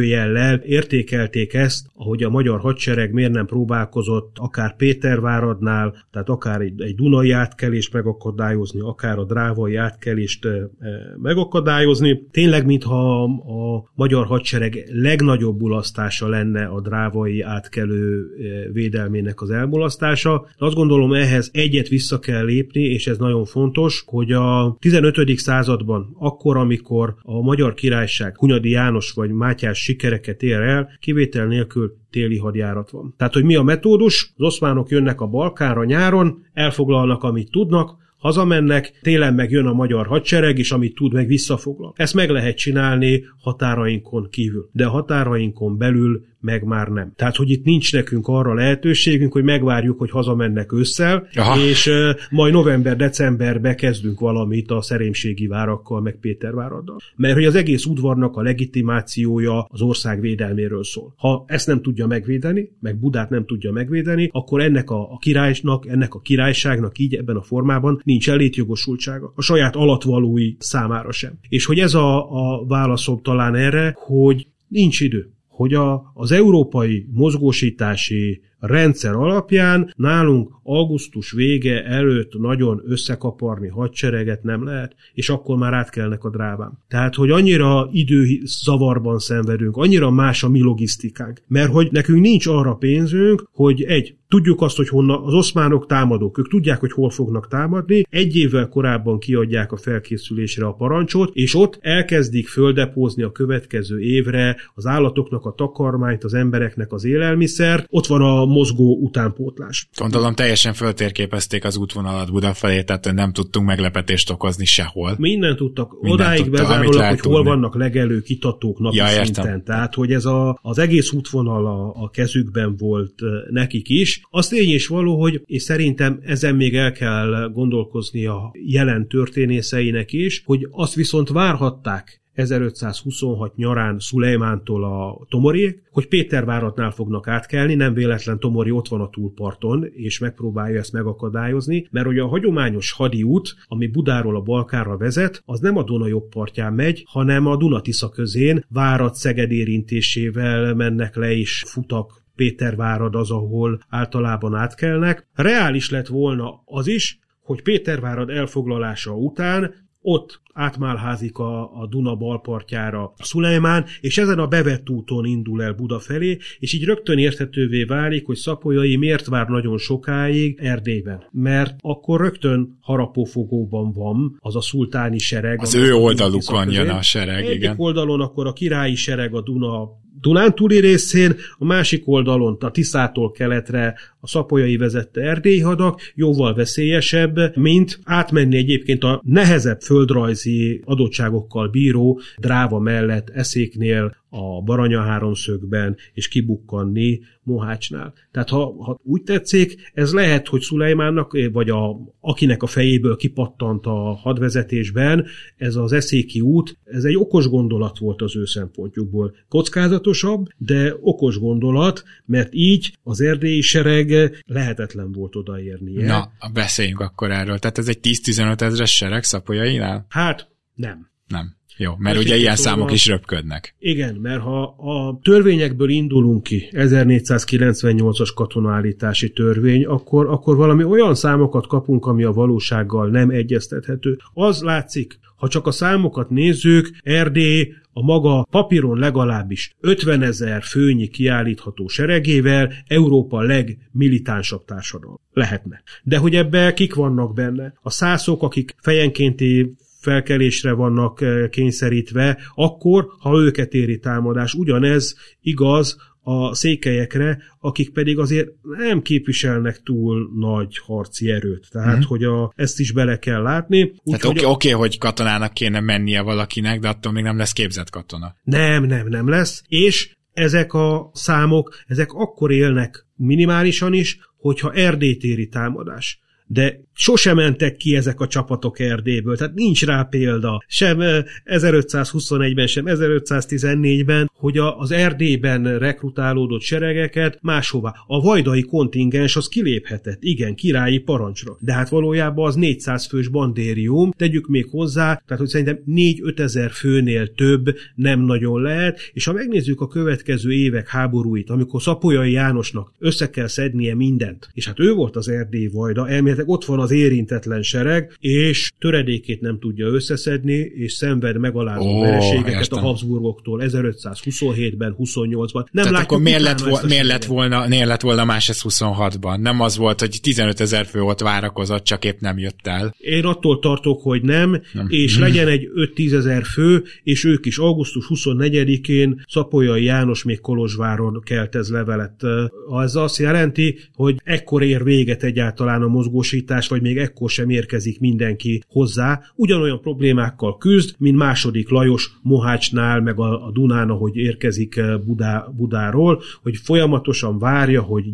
figyelemmel értékelték ezt, ahogy a magyar hadsereg miért nem próbálkozott akár Péterváradnál, tehát akár egy dunai átkelést megakadályozni, akár a drávai átkelést megakadályozni. Tényleg, mintha a magyar hadsereg legnagyobb mulasztása lenne a drávai átkelő védelmének az elmulasztása. De azt gondolom, ehhez egyet vissza kell lépni, és ez nagyon fontos, hogy a 15. században, akkor, amikor a Magyar Királyság Hunyadi János vagy Mátyás sikereket ér el, kivétel nélkül téli hadjárat van. Tehát, hogy mi a metódus? Az oszmánok jönnek a Balkánra nyáron, elfoglalnak, amit tudnak, hazamennek, télen meg jön a magyar hadsereg, és amit tud, meg visszafoglal. Ezt meg lehet csinálni határainkon kívül, de a határainkon belül meg már nem. Tehát, hogy itt nincs nekünk arra lehetőségünk, hogy megvárjuk, hogy hazamennek ősszel, és majd november-decemberbe kezdünk valamit a Szerémségi várakkal, meg Péterváraddal. Mert hogy az egész udvarnak a legitimációja az ország védelméről szól. Ha ezt nem tudja megvédeni, meg Budát nem tudja megvédeni, akkor ennek a királynak, ennek a királyságnak így ebben a formában nincs létjogosultsága. A saját alattvalói számára sem. És hogy ez a válaszom talán erre, hogy nincs idő. Hogy az európai mozgósítási rendszer alapján nálunk augusztus vége előtt nagyon összekaparni hadsereget nem lehet, és akkor már átkelnek a Dráván. Tehát, hogy annyira időzavarban szenvedünk, annyira más a mi logisztikánk, mert hogy nekünk nincs arra pénzünk, hogy tudjuk azt, hogy honnan az oszmánok támadók, ők tudják, hogy hol fognak támadni, egy évvel korábban kiadják a felkészülésre a parancsot, és ott elkezdik földepózni a következő évre az állatoknak a takarmányt, az embereknek az élelmiszert, ott van a mozgó utánpótlás. Gondolom teljesen föltérképezték az útvonalat Buda felé, tehát nem tudtunk meglepetést okozni sehol. Mindent tudtak. Odáig bezárólag, hogy hol vannak legelő kitatók napi szinten. Tehát, hogy ez az egész útvonal a kezükben volt nekik is. Az tény és való, hogy és szerintem ezen még el kell gondolkozni a jelen történészeinek is, hogy azt viszont várhatták 1526 nyarán Szulejmántól a Tomoriék, hogy Péterváradnál fognak átkelni, nem véletlen Tomori ott van a túlparton, és megpróbálja ezt megakadályozni, mert ugye a hagyományos hadiút, ami Budáról a Balkánra vezet, az nem a Duna jobb partján megy, hanem a Duna-Tisza közén Várad-Szeged érintésével mennek le és futak. Pétervárad az, ahol általában átkelnek. Reális lett volna az is, hogy Pétervárad elfoglalása után ott átmálházik a Duna balpartjára Szulejmán, és ezen a bevett úton indul el Buda felé, és így rögtön érthetővé válik, hogy Szapolyai miért vár nagyon sokáig Erdélyben. Mert akkor rögtön harapófogóban van az a szultáni sereg. Az ő oldalukon jön a sereg, egyik igen. oldalon akkor a királyi sereg a Dunántúli részén, a másik oldalon a Tiszától keletre a szapolyai vezette erdélyi hadak, jóval veszélyesebb, mint átmenni egyébként a nehezebb földrajzi adottságokkal bíró Dráva mellett Eszéknél, a Baranya háromszögben, és kibukkanni Mohácsnál. Tehát ha úgy tetszik, ez lehet, hogy Szulejmánnak, vagy akinek a fejéből kipattant a hadvezetésben, ez az eszéki út, ez egy okos gondolat volt az ő szempontjukból. Kockázatosabb, de okos gondolat, mert így az erdélyi sereg lehetetlen volt odaérnie. Na, beszéljünk akkor erről. Tehát ez egy 10-15 ezres sereg Szapolyainál? Hát, nem. Nem. Jó, mert ugye ilyen számok is röpködnek. Igen, mert ha a törvényekből indulunk ki, 1498-as katonaállítási törvény, akkor valami olyan számokat kapunk, ami a valósággal nem egyeztethető. Az látszik, ha csak a számokat nézzük, Erdély a maga papíron legalábbis 50 000 főnyi kiállítható seregével Európa legmilitánsabb társadalom lehetne. De hogy ebben kik vannak benne? A szászok, akik fejenkénti felkelésre vannak kényszerítve, akkor, ha őket éri támadás. Ugyanez igaz a székelyekre, akik pedig azért nem képviselnek túl nagy harci erőt. Tehát, hogy ezt is bele kell látni. Tehát oké, hogy katonának kéne mennie valakinek, de attól még nem lesz képzett katona. Nem lesz. És ezek a számok, ezek akkor élnek minimálisan is, hogyha Erdélyt éri támadás. de sosem mentek ki ezek a csapatok Erdélyből, tehát nincs rá példa, sem 1521-ben, sem 1514-ben, hogy az Erdélyben rekrutálódott seregeket máshova. A vajdai kontingens az kiléphetett, igen, királyi parancsra, de hát valójában az 400 fős bandérium, tegyük még hozzá, tehát hogy szerintem 4-5 ezer főnél több nem nagyon lehet, és ha megnézzük a következő évek háborúit, amikor Szapolyai Jánosnak össze kell szednie mindent, és hát ő volt az Erdély vajda, elméletileg ott van az érintetlen sereg, és töredékét nem tudja összeszedni, és szenved megalázó vereségeket a Habsburgoktól 1527-ben, 28-ban. Nem tehát akkor miért lett volna más ez 26-ban? Nem az volt, hogy 15 000 fő ott várakozott, csak épp nem jött el. Én attól tartok, hogy nem. És legyen egy 5-10 ezer fő, és ők is augusztus 24-én Szapolyai János még Kolozsváron keltez levelet. Ez azt jelenti, hogy ekkor ér véget egyáltalán a mozgósítás, vagy még ekkor sem érkezik mindenki hozzá. Ugyanolyan problémákkal küzd, mint második Lajos Mohácsnál, meg a Dunán, ahogy érkezik Budáról, hogy folyamatosan várja, hogy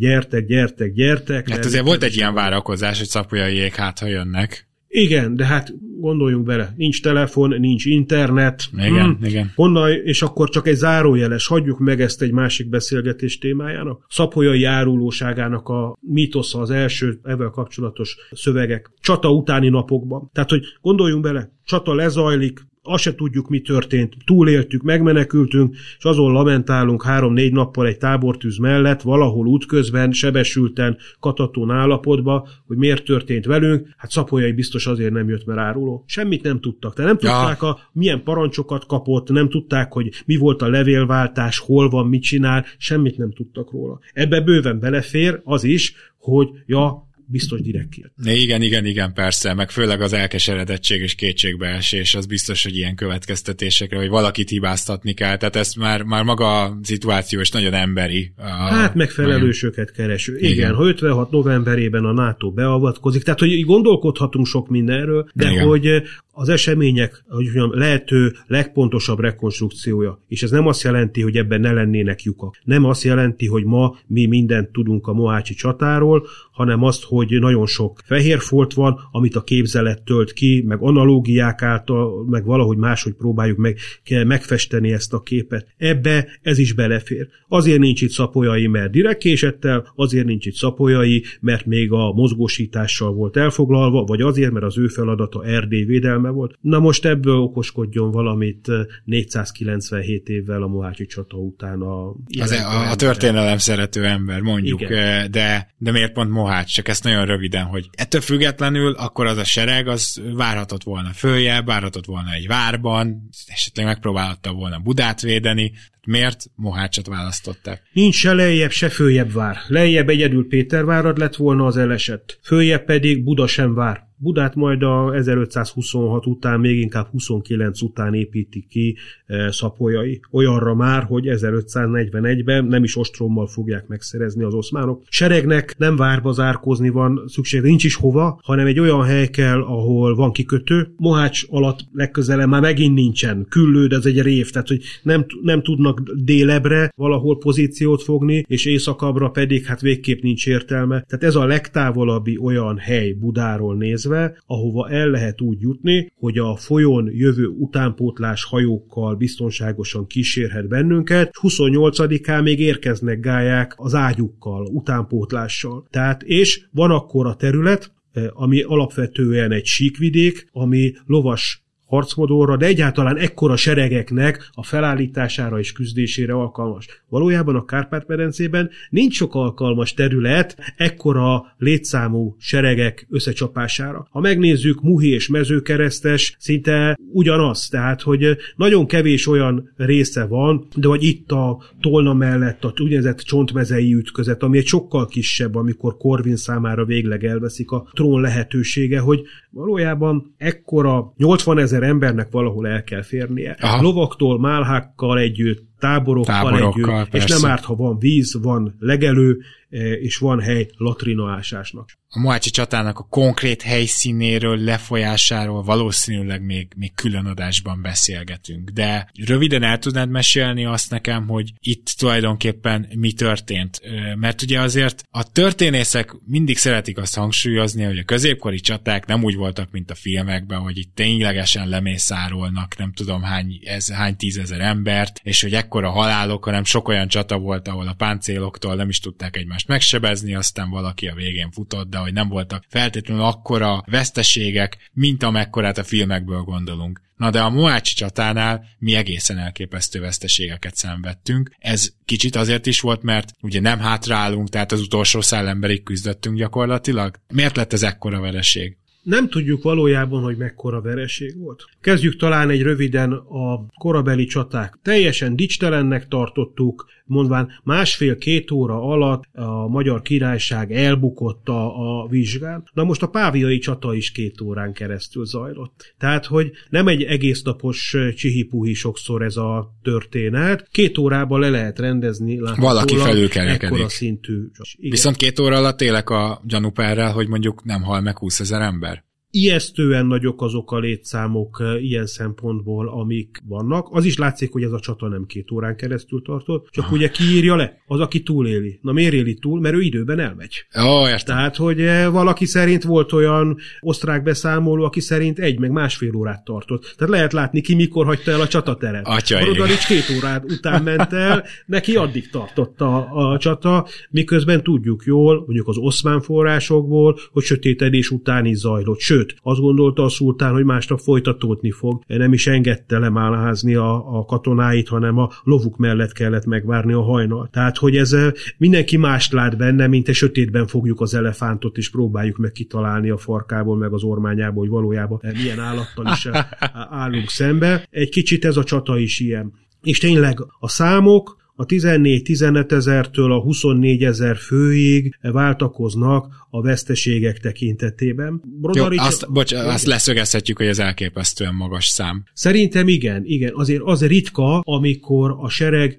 gyertek. Hát azért volt egy ilyen várakozás, hogy szapolyaiék ha jönnek. Igen, de hát gondoljunk bele, nincs telefon, nincs internet. Igen. Honnan, és akkor csak egy zárójeles, hagyjuk meg ezt egy másik beszélgetés témájának. Szapolyai árulóságának a mítosza, az első ezzel kapcsolatos szövegek csata utáni napokban. Tehát, hogy gondoljunk bele, csata lezajlik, azt se tudjuk, mi történt. Túléltük, megmenekültünk, és azon lamentálunk 3-4 nappal egy tábortűz mellett, valahol útközben, sebesülten, kataton állapotba, hogy miért történt velünk. Hát Szapolyai biztos azért nem jött, mert áruló. Semmit nem tudtak. Tehát nem tudták, milyen parancsokat kapott, nem tudták, hogy mi volt a levélváltás, hol van, mit csinál, semmit nem tudtak róla. Ebbe bőven belefér az is, hogy biztos direktkélt. Igen, persze, meg főleg az elkeseredettség és kétségbeesés, az biztos, hogy ilyen következtetésekre, hogy valakit hibáztatni kell, tehát ez már maga a szituáció is nagyon emberi. Hát megfelelősöket kereső. Igen, ha 56 novemberében a NATO beavatkozik, tehát hogy gondolkodhatunk sok mindenről, de igen, hogy az események lehető legpontosabb rekonstrukciója. És ez nem azt jelenti, hogy ebben ne lennének lyukak. Nem azt jelenti, hogy ma mi mindent tudunk a mohácsi csatáról, hanem azt, hogy nagyon sok fehér folt van, amit a képzelet tölt ki, meg analógiák által, meg valahogy máshogy próbáljuk megfesteni ezt a képet. Ebbe ez is belefér. Azért nincs itt Szapolyai, mert direkt késett el, azért nincs itt Szapolyai, mert még a mozgósítással volt elfoglalva, vagy azért, mert az ő feladata Erdély védelme volt. Na most ebből okoskodjon valamit 497 évvel a mohácsi csata után a történelem szerető ember, mondjuk, de miért pont Mohács? Csak ezt nagyon röviden, hogy ettől függetlenül akkor az a sereg, az várhatott volna följebb, várhatott volna egy várban, esetleg megpróbálhatta volna Budát védeni. Miért Mohácsot választották? Nincs se lejjebb, se följebb vár. Lejjebb egyedül Pétervárad lett volna az elesett. Följebb pedig Buda sem vár. Budát majd a 1526 után, még inkább 29 után építik ki Szapolyai. Olyanra már, hogy 1541-ben nem is ostrommal fogják megszerezni az oszmánok. Seregnek nem várba zárkózni van szükség, nincs is hova, hanem egy olyan hely kell, ahol van kikötő. Mohács alatt legközelebb már megint nincsen. Küllőd, ez egy rév, tehát hogy nem tudnak délebre valahol pozíciót fogni, és északabbra pedig hát végképp nincs értelme. Tehát ez a legtávolabbi olyan hely Budáról nézve, ahova el lehet úgy jutni, hogy a folyón jövő utánpótlás hajókkal biztonságosan kísérhet bennünket, 28-án még érkeznek gályák az ágyukkal, utánpótlással. Tehát, és van akkor a terület, ami alapvetően egy síkvidék, ami lovas harcmodorra, de egyáltalán ekkora seregeknek a felállítására és küzdésére alkalmas. Valójában a Kárpát-medencében nincs sok alkalmas terület ekkora létszámú seregek összecsapására. Ha megnézzük, Muhi és Mezőkeresztes szinte ugyanaz, tehát hogy nagyon kevés olyan része van, de vagy itt a Tolna mellett a úgynevezett csontmezei ütközet, ami egy sokkal kisebb, amikor Korvin számára végleg elveszik a trón lehetősége, hogy valójában ekkora 80 000 embernek valahol el kell férnie. Aha. Lovaktól, málhákkal együtt, táborokkal együtt, és nem árt, ha van víz, van legelő, és van hely latrinaásásnak. A Mohácsi csatának a konkrét helyszínéről, lefolyásáról valószínűleg még külön adásban beszélgetünk, de röviden el tudnád mesélni azt nekem, hogy itt tulajdonképpen mi történt? Mert ugye azért a történészek mindig szeretik azt hangsúlyozni, hogy a középkori csaták nem úgy voltak, mint a filmekben, hogy itt ténylegesen lemészárolnak, nem tudom hány tízezer embert, és hogy ekkora halálok, hanem sok olyan csata volt, ahol a páncéloktól nem is tudták egymást megsebezni, aztán valaki a végén futott, de hogy nem voltak feltétlenül akkora veszteségek, mint amekkorát a filmekből gondolunk. Na de a Mohácsi csatánál mi egészen elképesztő veszteségeket szenvedtünk. Ez kicsit azért is volt, mert ugye nem hátraállunk, tehát az utolsó szállemberig küzdöttünk gyakorlatilag. Miért lett ez ekkora vereség? Nem tudjuk valójában, hogy mekkora vereség volt. Kezdjük talán egy röviden a korabeli csaták. Teljesen dicstelennek tartottuk, mondván 1,5-2 óra alatt a Magyar Királyság elbukott a vizsgán. Na most a páviai csata is 2 órán keresztül zajlott. Tehát, hogy nem egy egész napos csihipuhi sokszor ez a történet. 2 órában le lehet rendezni. Valaki felülkerekedik. Ekkora szintű. Igen. Viszont 2 óra alatt élek a gyanúperrel, hogy mondjuk nem hal meg 20 000 ember. Ijesztően nagyok azok a létszámok ilyen szempontból, amik vannak. Az is látszik, hogy ez a csata nem 2 órán keresztül tartott, csak ugye ki írja le? Az, aki túléli. Na miért éli túl? Mert ő időben elmegy. Értem. Tehát, hogy valaki szerint volt olyan osztrák beszámoló, aki szerint 1 meg 1,5 órát tartott. Tehát lehet látni, ki mikor hagyta el a csatateret. Brodarics 2 órát után ment el, neki addig tartott a csata, miközben tudjuk jól, mondjuk az oszmán forrásokból, hogy sötétedés után is zajlott. Sőt, azt gondolta a szultán, hogy másnap folytatódni fog. Nem is engedte lemálázni a katonáit, hanem a lovuk mellett kellett megvárni a hajnal. Tehát, hogy ez mindenki mást lát benne, mint egy sötétben fogjuk az elefántot, és próbáljuk meg kitalálni a farkából, meg az ormányából, hogy valójában milyen állattal is állunk szembe. Egy kicsit ez a csata is ilyen. És tényleg a számok a 14-15 ezertől a 24 000 főig váltakoznak a veszteségek tekintetében. Azt leszögezhetjük, hogy ez elképesztően magas szám. Szerintem igen. Azért az ritka, amikor a sereg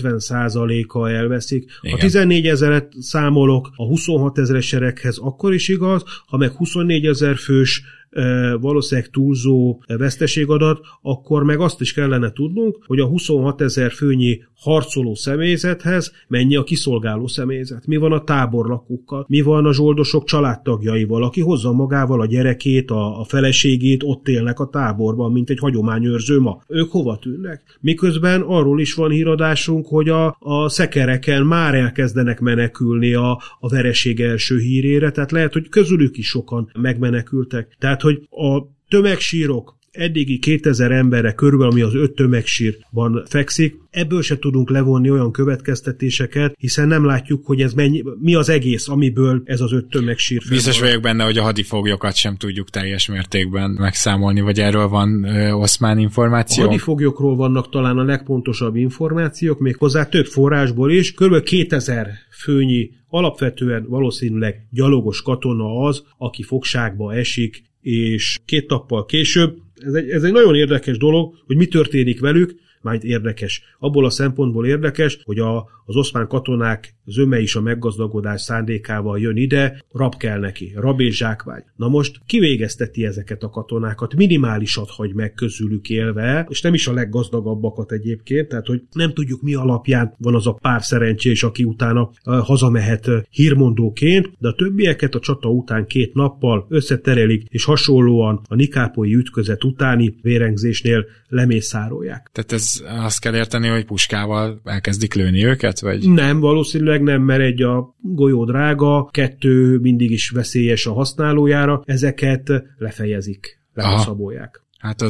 50%-a elveszik. Igen. Ha 14 000-et számolok a 26 000-es sereghez, akkor is igaz, ha meg 24 000 fős valószínűleg túlzó veszteségadat, akkor meg azt is kellene tudnunk, hogy a 26 000 főnyi harcoló személyzethez mennyi a kiszolgáló személyzet. Mi van a táborlakókkal, mi van a zsoldosok családtagjaival, aki hozza magával a gyerekét, a feleségét, ott élnek a táborban, mint egy hagyományőrző ma. Ők hova tűnnek? Miközben arról is van híradásunk, hogy a szekereken már elkezdenek menekülni a vereség első hírére, tehát lehet, hogy közülük is sokan megmenekültek. Tehát, hogy a tömegsírok eddigi 2000 emberre körülbelül, ami az 5 tömegsírban fekszik, ebből se tudunk levonni olyan következtetéseket, hiszen nem látjuk, hogy ez mi az egész, amiből ez az 5 tömegsír fel. Biztos vagyok benne, hogy a hadifoglyokat sem tudjuk teljes mértékben megszámolni, vagy erről van oszmán információ? A hadifoglyokról vannak talán a legpontosabb információk, méghozzá több forrásból is, kb. 2000 főnyi, alapvetően valószínűleg gyalogos katona az, aki fogságba esik, és 2 nappal később, ez egy nagyon érdekes dolog, hogy mi történik velük, majd érdekes. Abból a szempontból érdekes, hogy az oszmán katonák zöme is a meggazdagodás szándékával jön ide, rab kell neki, rab és zsákmány. Na most kivégezteti ezeket a katonákat, minimálisat hagy meg közülük élve, és nem is a leggazdagabbakat egyébként, tehát hogy nem tudjuk mi alapján van az a pár szerencsés, aki utána hazamehet hírmondóként, de a többieket a csata után 2 nappal összeterelik, és hasonlóan a nikápolyi ütközet utáni vérengzésnél lemészárolják. Tehát ez azt kell érteni, hogy puskával elkezdik lőni őket? Vagy? Nem, valószínűleg nem, mert egy a golyó drága, 2 mindig is veszélyes a használójára, ezeket lefejezik, lefaszabolják. Hát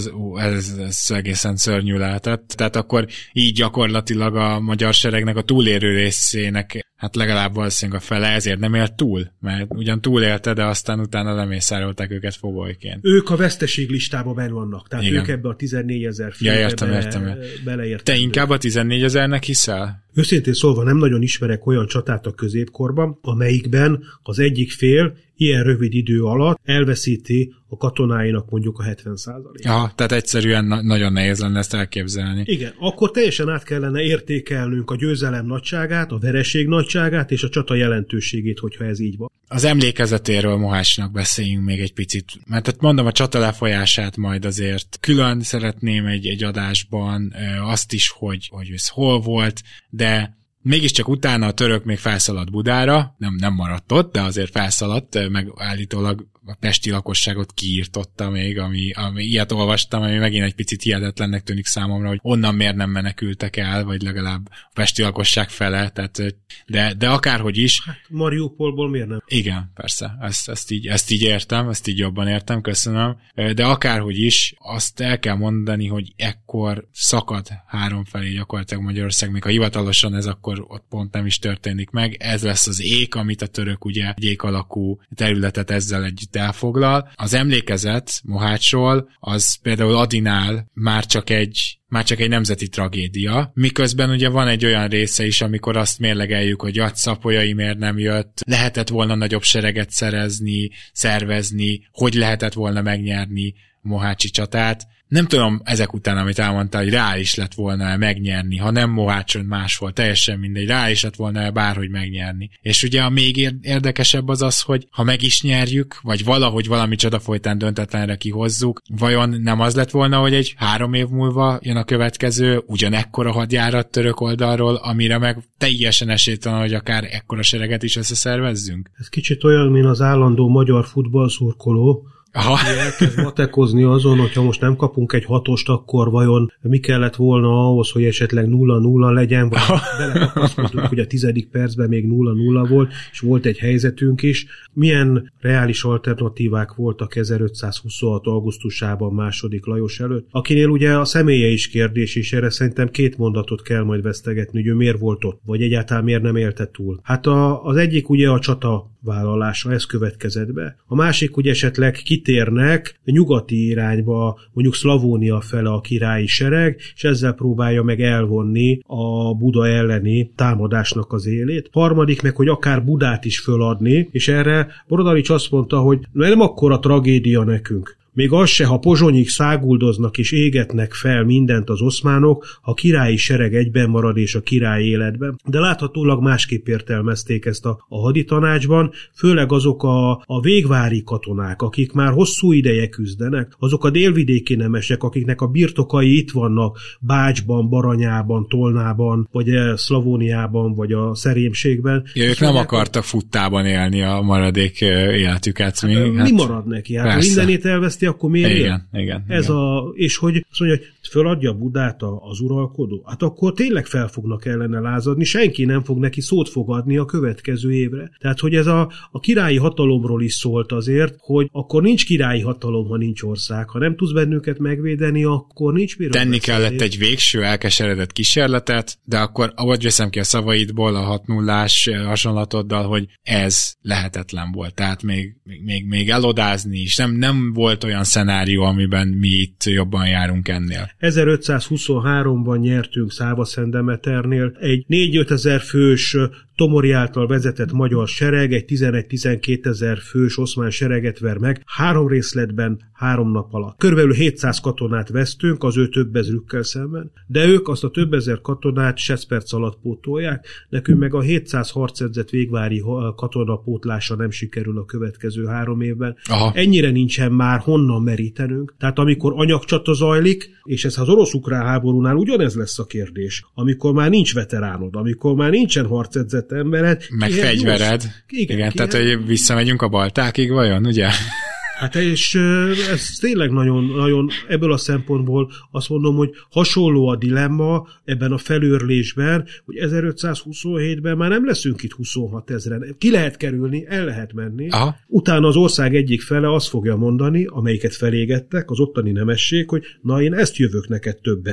ez egészen szörnyű lehetett. Tehát akkor így gyakorlatilag a magyar seregnek a túlérő részének hát legalább valószínűleg a fele ezért nem élt túl, mert ugyan túlélte, de aztán utána lemészárolták őket fogolyként. Ők a veszteség listában benn vannak, tehát igen. Ők ebbe a 14 000 félbe beleértek. Te inkább a 14 000-nek hiszel? Őszintén szólva nem nagyon ismerek olyan csatát a középkorban, amelyikben az egyik fél ilyen rövid idő alatt elveszíti a katonáinak mondjuk a 70%-át. Ja, tehát egyszerűen nagyon nehéz lenne ezt elképzelni. Igen, akkor teljesen át kellene értékelnünk a győzelem nagyságát, a vereség nagyságát és a csata jelentőségét, hogyha ez így van. Az emlékezetéről Mohácsnak beszéljünk még egy picit, mert mondom, a csata lefolyását majd azért külön szeretném egy adásban, azt is, hogy ez hol volt, de mégiscsak utána a török még felszaladt Budára, nem maradt ott, de azért felszaladt, meg állítólag a pesti lakosságot kiírtotta még, ami ilyet olvastam, ami megint egy picit hihetetlennek tűnik számomra, hogy onnan miért nem menekültek el, vagy legalább a pesti lakosság fele, tehát, de akárhogy is. Hát Mariupolból miért nem? Igen, persze, ezt így értem, ezt így jobban értem, köszönöm, de akárhogy is, azt el kell mondani, hogy ekkor szakad háromfelé gyakorlatilag Magyarország, még ha hivatalosan ez akkor ott pont nem is történik meg, ez lesz az ék, amit a török ugye egy ék alakú területet ezzel együtt elfoglal. Az emlékezet Mohácsról, az például Adinál már csak egy nemzeti tragédia, miközben ugye van egy olyan része is, amikor azt mérlegeljük, hogy Szapolyai miért nem jött, lehetett volna nagyobb sereget szervezni, hogy lehetett volna megnyerni Mohácsi csatát. Nem tudom ezek után, amit elmondtál, hogy reális lett volna megnyerni, ha nem Mohácson máshol, teljesen mindegy, reális lett volna bárhogy megnyerni. És ugye a még érdekesebb az, hogy ha meg is nyerjük, vagy valahogy valami csoda folytán döntetlenre kihozzuk, vajon nem az lett volna, hogy egy 3 év múlva jön a következő, ugyanekkora hadjárat török oldalról, amire meg teljesen esélytelen, hogy akár ekkora sereget is összeszervezzünk? Ez kicsit olyan, mint az állandó magyar futballszurkoló, elkezd matekozni azon, hogyha most nem kapunk egy 6-ost, akkor vajon mi kellett volna ahhoz, hogy esetleg 0-0 legyen, vagy belekapaszkodunk, hogy a 10. percben még 0-0 volt, és volt egy helyzetünk is. Milyen reális alternatívák voltak 1526. augusztusában II. Lajos előtt, akinél ugye a személye is kérdés, és erre szerintem 2 mondatot kell majd vesztegetni, hogy ő miért volt ott, vagy egyáltalán miért nem élte túl. Hát az egyik ugye a csata vállalása, ez következett be. A másik, hogy esetleg kitérnek nyugati irányba, mondjuk Szlavónia fele a királyi sereg, és ezzel próbálja meg elvonni a Buda elleni támadásnak az élét. Harmadik meg, hogy akár Budát is föladni, és erre Brodarics azt mondta, hogy nem akkora tragédia nekünk. Még az se, ha Pozsonyig száguldoznak és égetnek fel mindent az oszmánok, a királyi sereg egyben marad és a király életben. De láthatólag másképp értelmezték ezt a haditanácsban, főleg azok a végvári katonák, akik már hosszú ideje küzdenek, azok a délvidéki nemesek, akiknek a birtokai itt vannak Bácsban, Baranyában, Tolnában, vagy Szlavóniában, vagy a Szerémségben. Ja, ők nem akartak futtában élni a maradék életüket. Mi marad neki? Hát mindenét elveszti, akkor miért igen. És hogy azt mondja, hogy föladja Budát az uralkodó, hát akkor tényleg fel fognak ellene lázadni, senki nem fog neki szót fogadni a következő évre. Tehát, hogy ez a királyi hatalomról is szólt azért, hogy akkor nincs királyi hatalom, ha nincs ország. Ha nem tudsz bennünket megvédeni, akkor nincs miről tenni kellett egy végső elkeseredett kísérletet, de akkor ahogy veszem ki a szavaidból, a 6-0-ás hasonlatoddal, hogy ez lehetetlen volt. Tehát még elodázni is. Nem volt olyan szenárió, amiben mi itt jobban járunk ennél. 1523-ban nyertünk Szávaszendemeternél egy 4-5 ezer fős Tomori által vezetett magyar sereg egy 11-12 ezer fős oszmán sereget ver meg 3 részletben 3 nap alatt. Körülbelül 700 katonát vesztünk az ő több ezrükkel szemben, de ők azt a több ezer katonát 6 perc alatt pótolják, nekünk meg a 700 harcedzett végvári katonapótlása nem sikerül a következő 3 évben. Aha. Ennyire nincsen már honnan merítenünk. Tehát amikor anyagcsata zajlik, és ez az orosz-ukrán háborúnál ugyanez lesz a kérdés, amikor már nincs veteránod, amikor már nincsen harcedzett embered, meg fegyvered. Igen, tehát hogy visszamegyünk a Baltákig vajon, ugye? Hát és ez tényleg nagyon ebből a szempontból azt mondom, hogy hasonló a dilemma ebben a felőrlésben, hogy 1527-ben már nem leszünk itt 26 000-en. Ki lehet kerülni, el lehet menni. Aha. Utána az ország egyik fele azt fogja mondani, amelyiket felégettek, az ottani nemesség, hogy na én ezt jövök neked többet.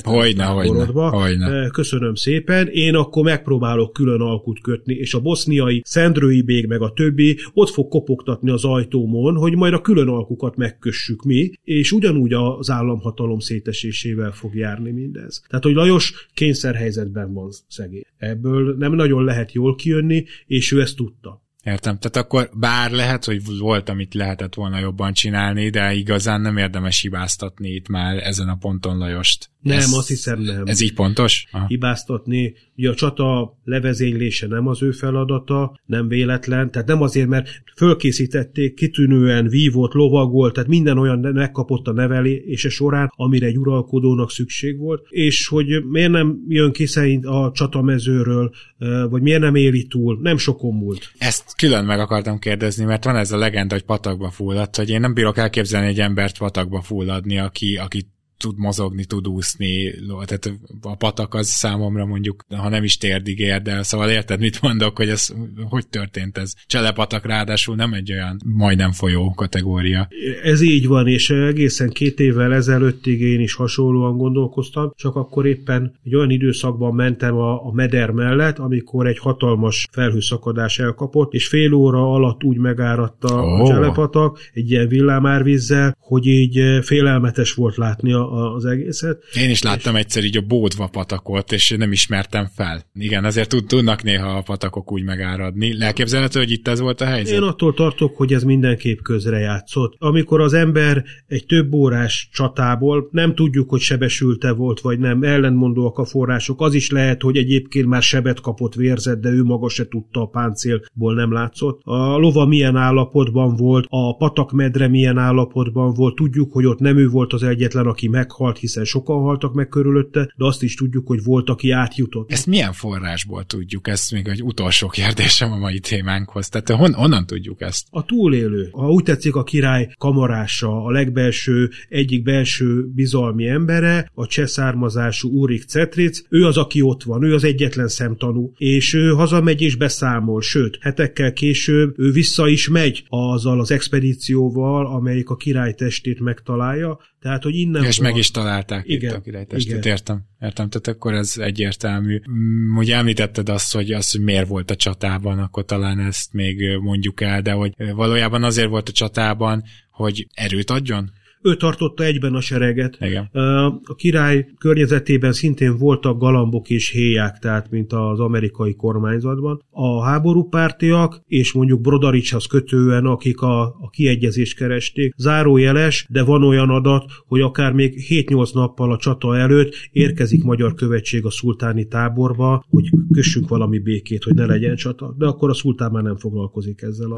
Hogyne. Köszönöm szépen, én akkor megpróbálok külön alkut kötni, és a boszniai szendrői bég meg a többi ott fog kopogtatni az ajtómon, hogy majd a külön alkukat megkössük mi, és ugyanúgy az államhatalom szétesésével fog járni mindez. Tehát, hogy Lajos kényszerhelyzetben van szegény. Ebből nem nagyon lehet jól kijönni, és ő ezt tudta. Értem. Tehát akkor bár lehet, hogy volt, amit lehetett volna jobban csinálni, de igazán nem érdemes hibáztatni itt már ezen a ponton Lajost. Nem, azt hiszem nem. Ez így pontos? Aha. Hibáztatni. Ugye a csata levezénylése nem az ő feladata, nem véletlen, tehát nem azért, mert fölkészítették, kitűnően vívott, lovagolt, tehát minden olyan megkapott a nevelése során, amire egy uralkodónak szükség volt, és hogy miért nem jön ki szerint a csatamezőről, vagy miért nem éli túl, nem sokon múlt. Ezt külön meg akartam kérdezni, mert van ez a legenda, hogy patakba fulladt, hogy én nem bírok elképzelni egy embert patakba fulladni, aki tud mozogni, tud úszni, tehát a patak az számomra mondjuk, ha nem is térdig ér, de szóval érted, mit mondok, hogy ez hogy történt ez? Cselepatak ráadásul nem egy olyan majdnem folyó kategória. Ez így van, és egészen 2 évvel ezelőttig én is hasonlóan gondolkoztam, csak akkor éppen egy olyan időszakban mentem a meder mellett, amikor egy hatalmas felhőszakadás elkapott, és fél óra alatt úgy megáradta a Cselepatak egy ilyen villámárvízzel, hogy így félelmetes volt látni az egészet. Én is láttam egyszer így a Bódva patakot, és nem ismertem fel. Igen, azért tudnak néha a patakok úgy megáradni. Elképzelhető, hogy itt ez volt a helyzet? Én attól tartok, hogy ez mindenképp közrejátszott. Amikor az ember egy több órás csatából, nem tudjuk, hogy sebesülte volt, vagy nem, ellentmondóak a források, az is lehet, hogy egyébként már sebet kapott, vérzett, de ő maga se tudta, a páncélból nem látszott. A lova milyen állapotban volt, a patakmedre milyen állapotban volt, tudjuk, hogy ott nem ő volt az egyetlen, aki meghalt, hiszen sokan haltak meg körülötte, de azt is tudjuk, hogy volt, aki átjutott. Ezt milyen forrásból tudjuk? Ez még egy utolsó kérdésem a mai témánkhoz. Tehát honnan tudjuk ezt? A túlélő. Ha úgy tetszik, a király kamarása, a legbelső, egyik belső bizalmi embere, a cseh származású Ulrik Cetric, ő az, aki ott van, ő az egyetlen szemtanú, és ő hazamegy és beszámol, sőt, hetekkel később ő vissza is megy azzal az expedícióval, amelyik a király testét megtalálja, tehát, hogy innen és meg is találták itt a királytestét, értem. Tehát akkor ez egyértelmű. Ugye említetted azt, hogy miért volt a csatában, akkor talán ezt még mondjuk el, de hogy valójában azért volt a csatában, hogy erőt adjon? Ő tartotta egyben a sereget. Igen. A király környezetében szintén voltak galambok és héják, tehát mint az amerikai kormányzatban. A háborúpártiak és mondjuk Brodarichhoz kötően, akik a kiegyezést keresték, zárójeles, de van olyan adat, hogy akár még 7-8 nappal a csata előtt érkezik magyar követség a szultáni táborba, hogy kössünk valami békét, hogy ne legyen csata. De akkor a szultán már nem foglalkozik ezzel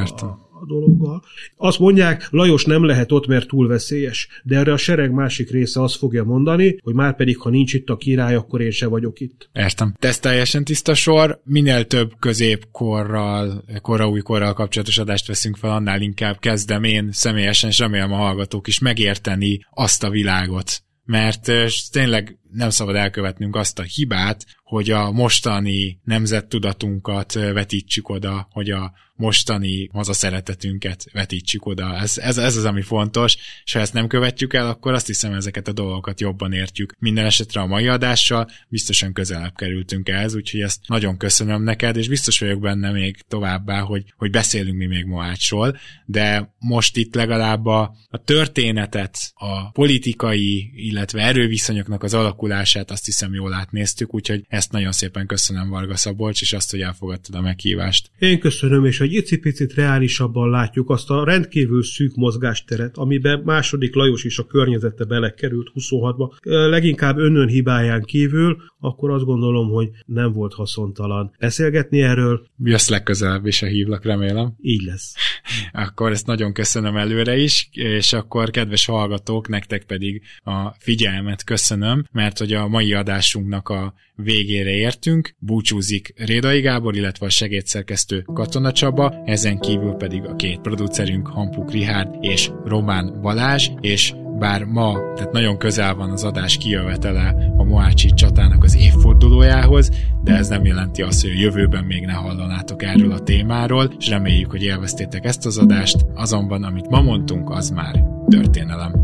a dologgal. Azt mondják, Lajos nem lehet ott, mert túl veszélyes, de erre a sereg másik része azt fogja mondani, hogy márpedig, ha nincs itt a király, akkor én se vagyok itt. Értem. Ez teljesen tiszta sor, minél több középkorral, koraújkorral kapcsolatos adást veszünk fel, annál inkább kezdem én személyesen, és remélem a hallgatók is megérteni azt a világot. Mert tényleg nem szabad elkövetnünk azt a hibát, hogy a mostani nemzettudatunkat vetítsük oda, hogy a mostani hazaszeretetünket vetítsük oda. Ez az, ami fontos, és ha ezt nem követjük el, akkor azt hiszem, ezeket a dolgokat jobban értjük. Minden esetre a mai adással biztosan közelebb kerültünk ehhez, úgyhogy ezt nagyon köszönöm neked, és biztos vagyok benne még továbbá, hogy beszélünk mi még Mohácsról, de most itt legalább a történetet, a politikai, illetve erőviszonyoknak az alakulását azt hiszem jól átnéztük, úgyhogy ezt nagyon szépen köszönöm, Varga Szabolcs, és azt, hogy elfogadtad a meghívást. Én köszönöm, és hogy icipicit reálisabban látjuk azt a rendkívül szűk mozgásteret, amiben második Lajos is a környezete belekerült 26-ba, leginkább önön hibáján kívül, akkor azt gondolom, hogy nem volt haszontalan beszélgetni erről. Jössz legközelebb is, hívlak, remélem. Így lesz. Akkor ezt nagyon köszönöm előre is, és akkor kedves hallgatók, nektek pedig a figyelmet köszönöm, mert hogy a mai adásunknak a végén végére értünk, búcsúzik Rédai Gábor, illetve a segédszerkesztő Katona Csaba, ezen kívül pedig a két producerünk Hampuk Richárd és Román Balázs, és bár ma, tehát nagyon közel van az adás kijövetele a Mohácsi csatának az évfordulójához, de ez nem jelenti azt, hogy a jövőben még ne hallanátok erről a témáról, és reméljük, hogy élveztétek ezt az adást, azonban amit ma mondtunk, az már történelem.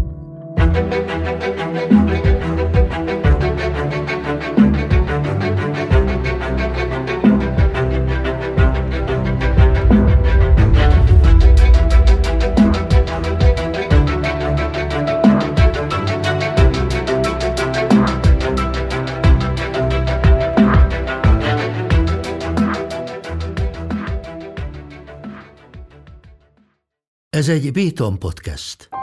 Ez egy Béton Podcast.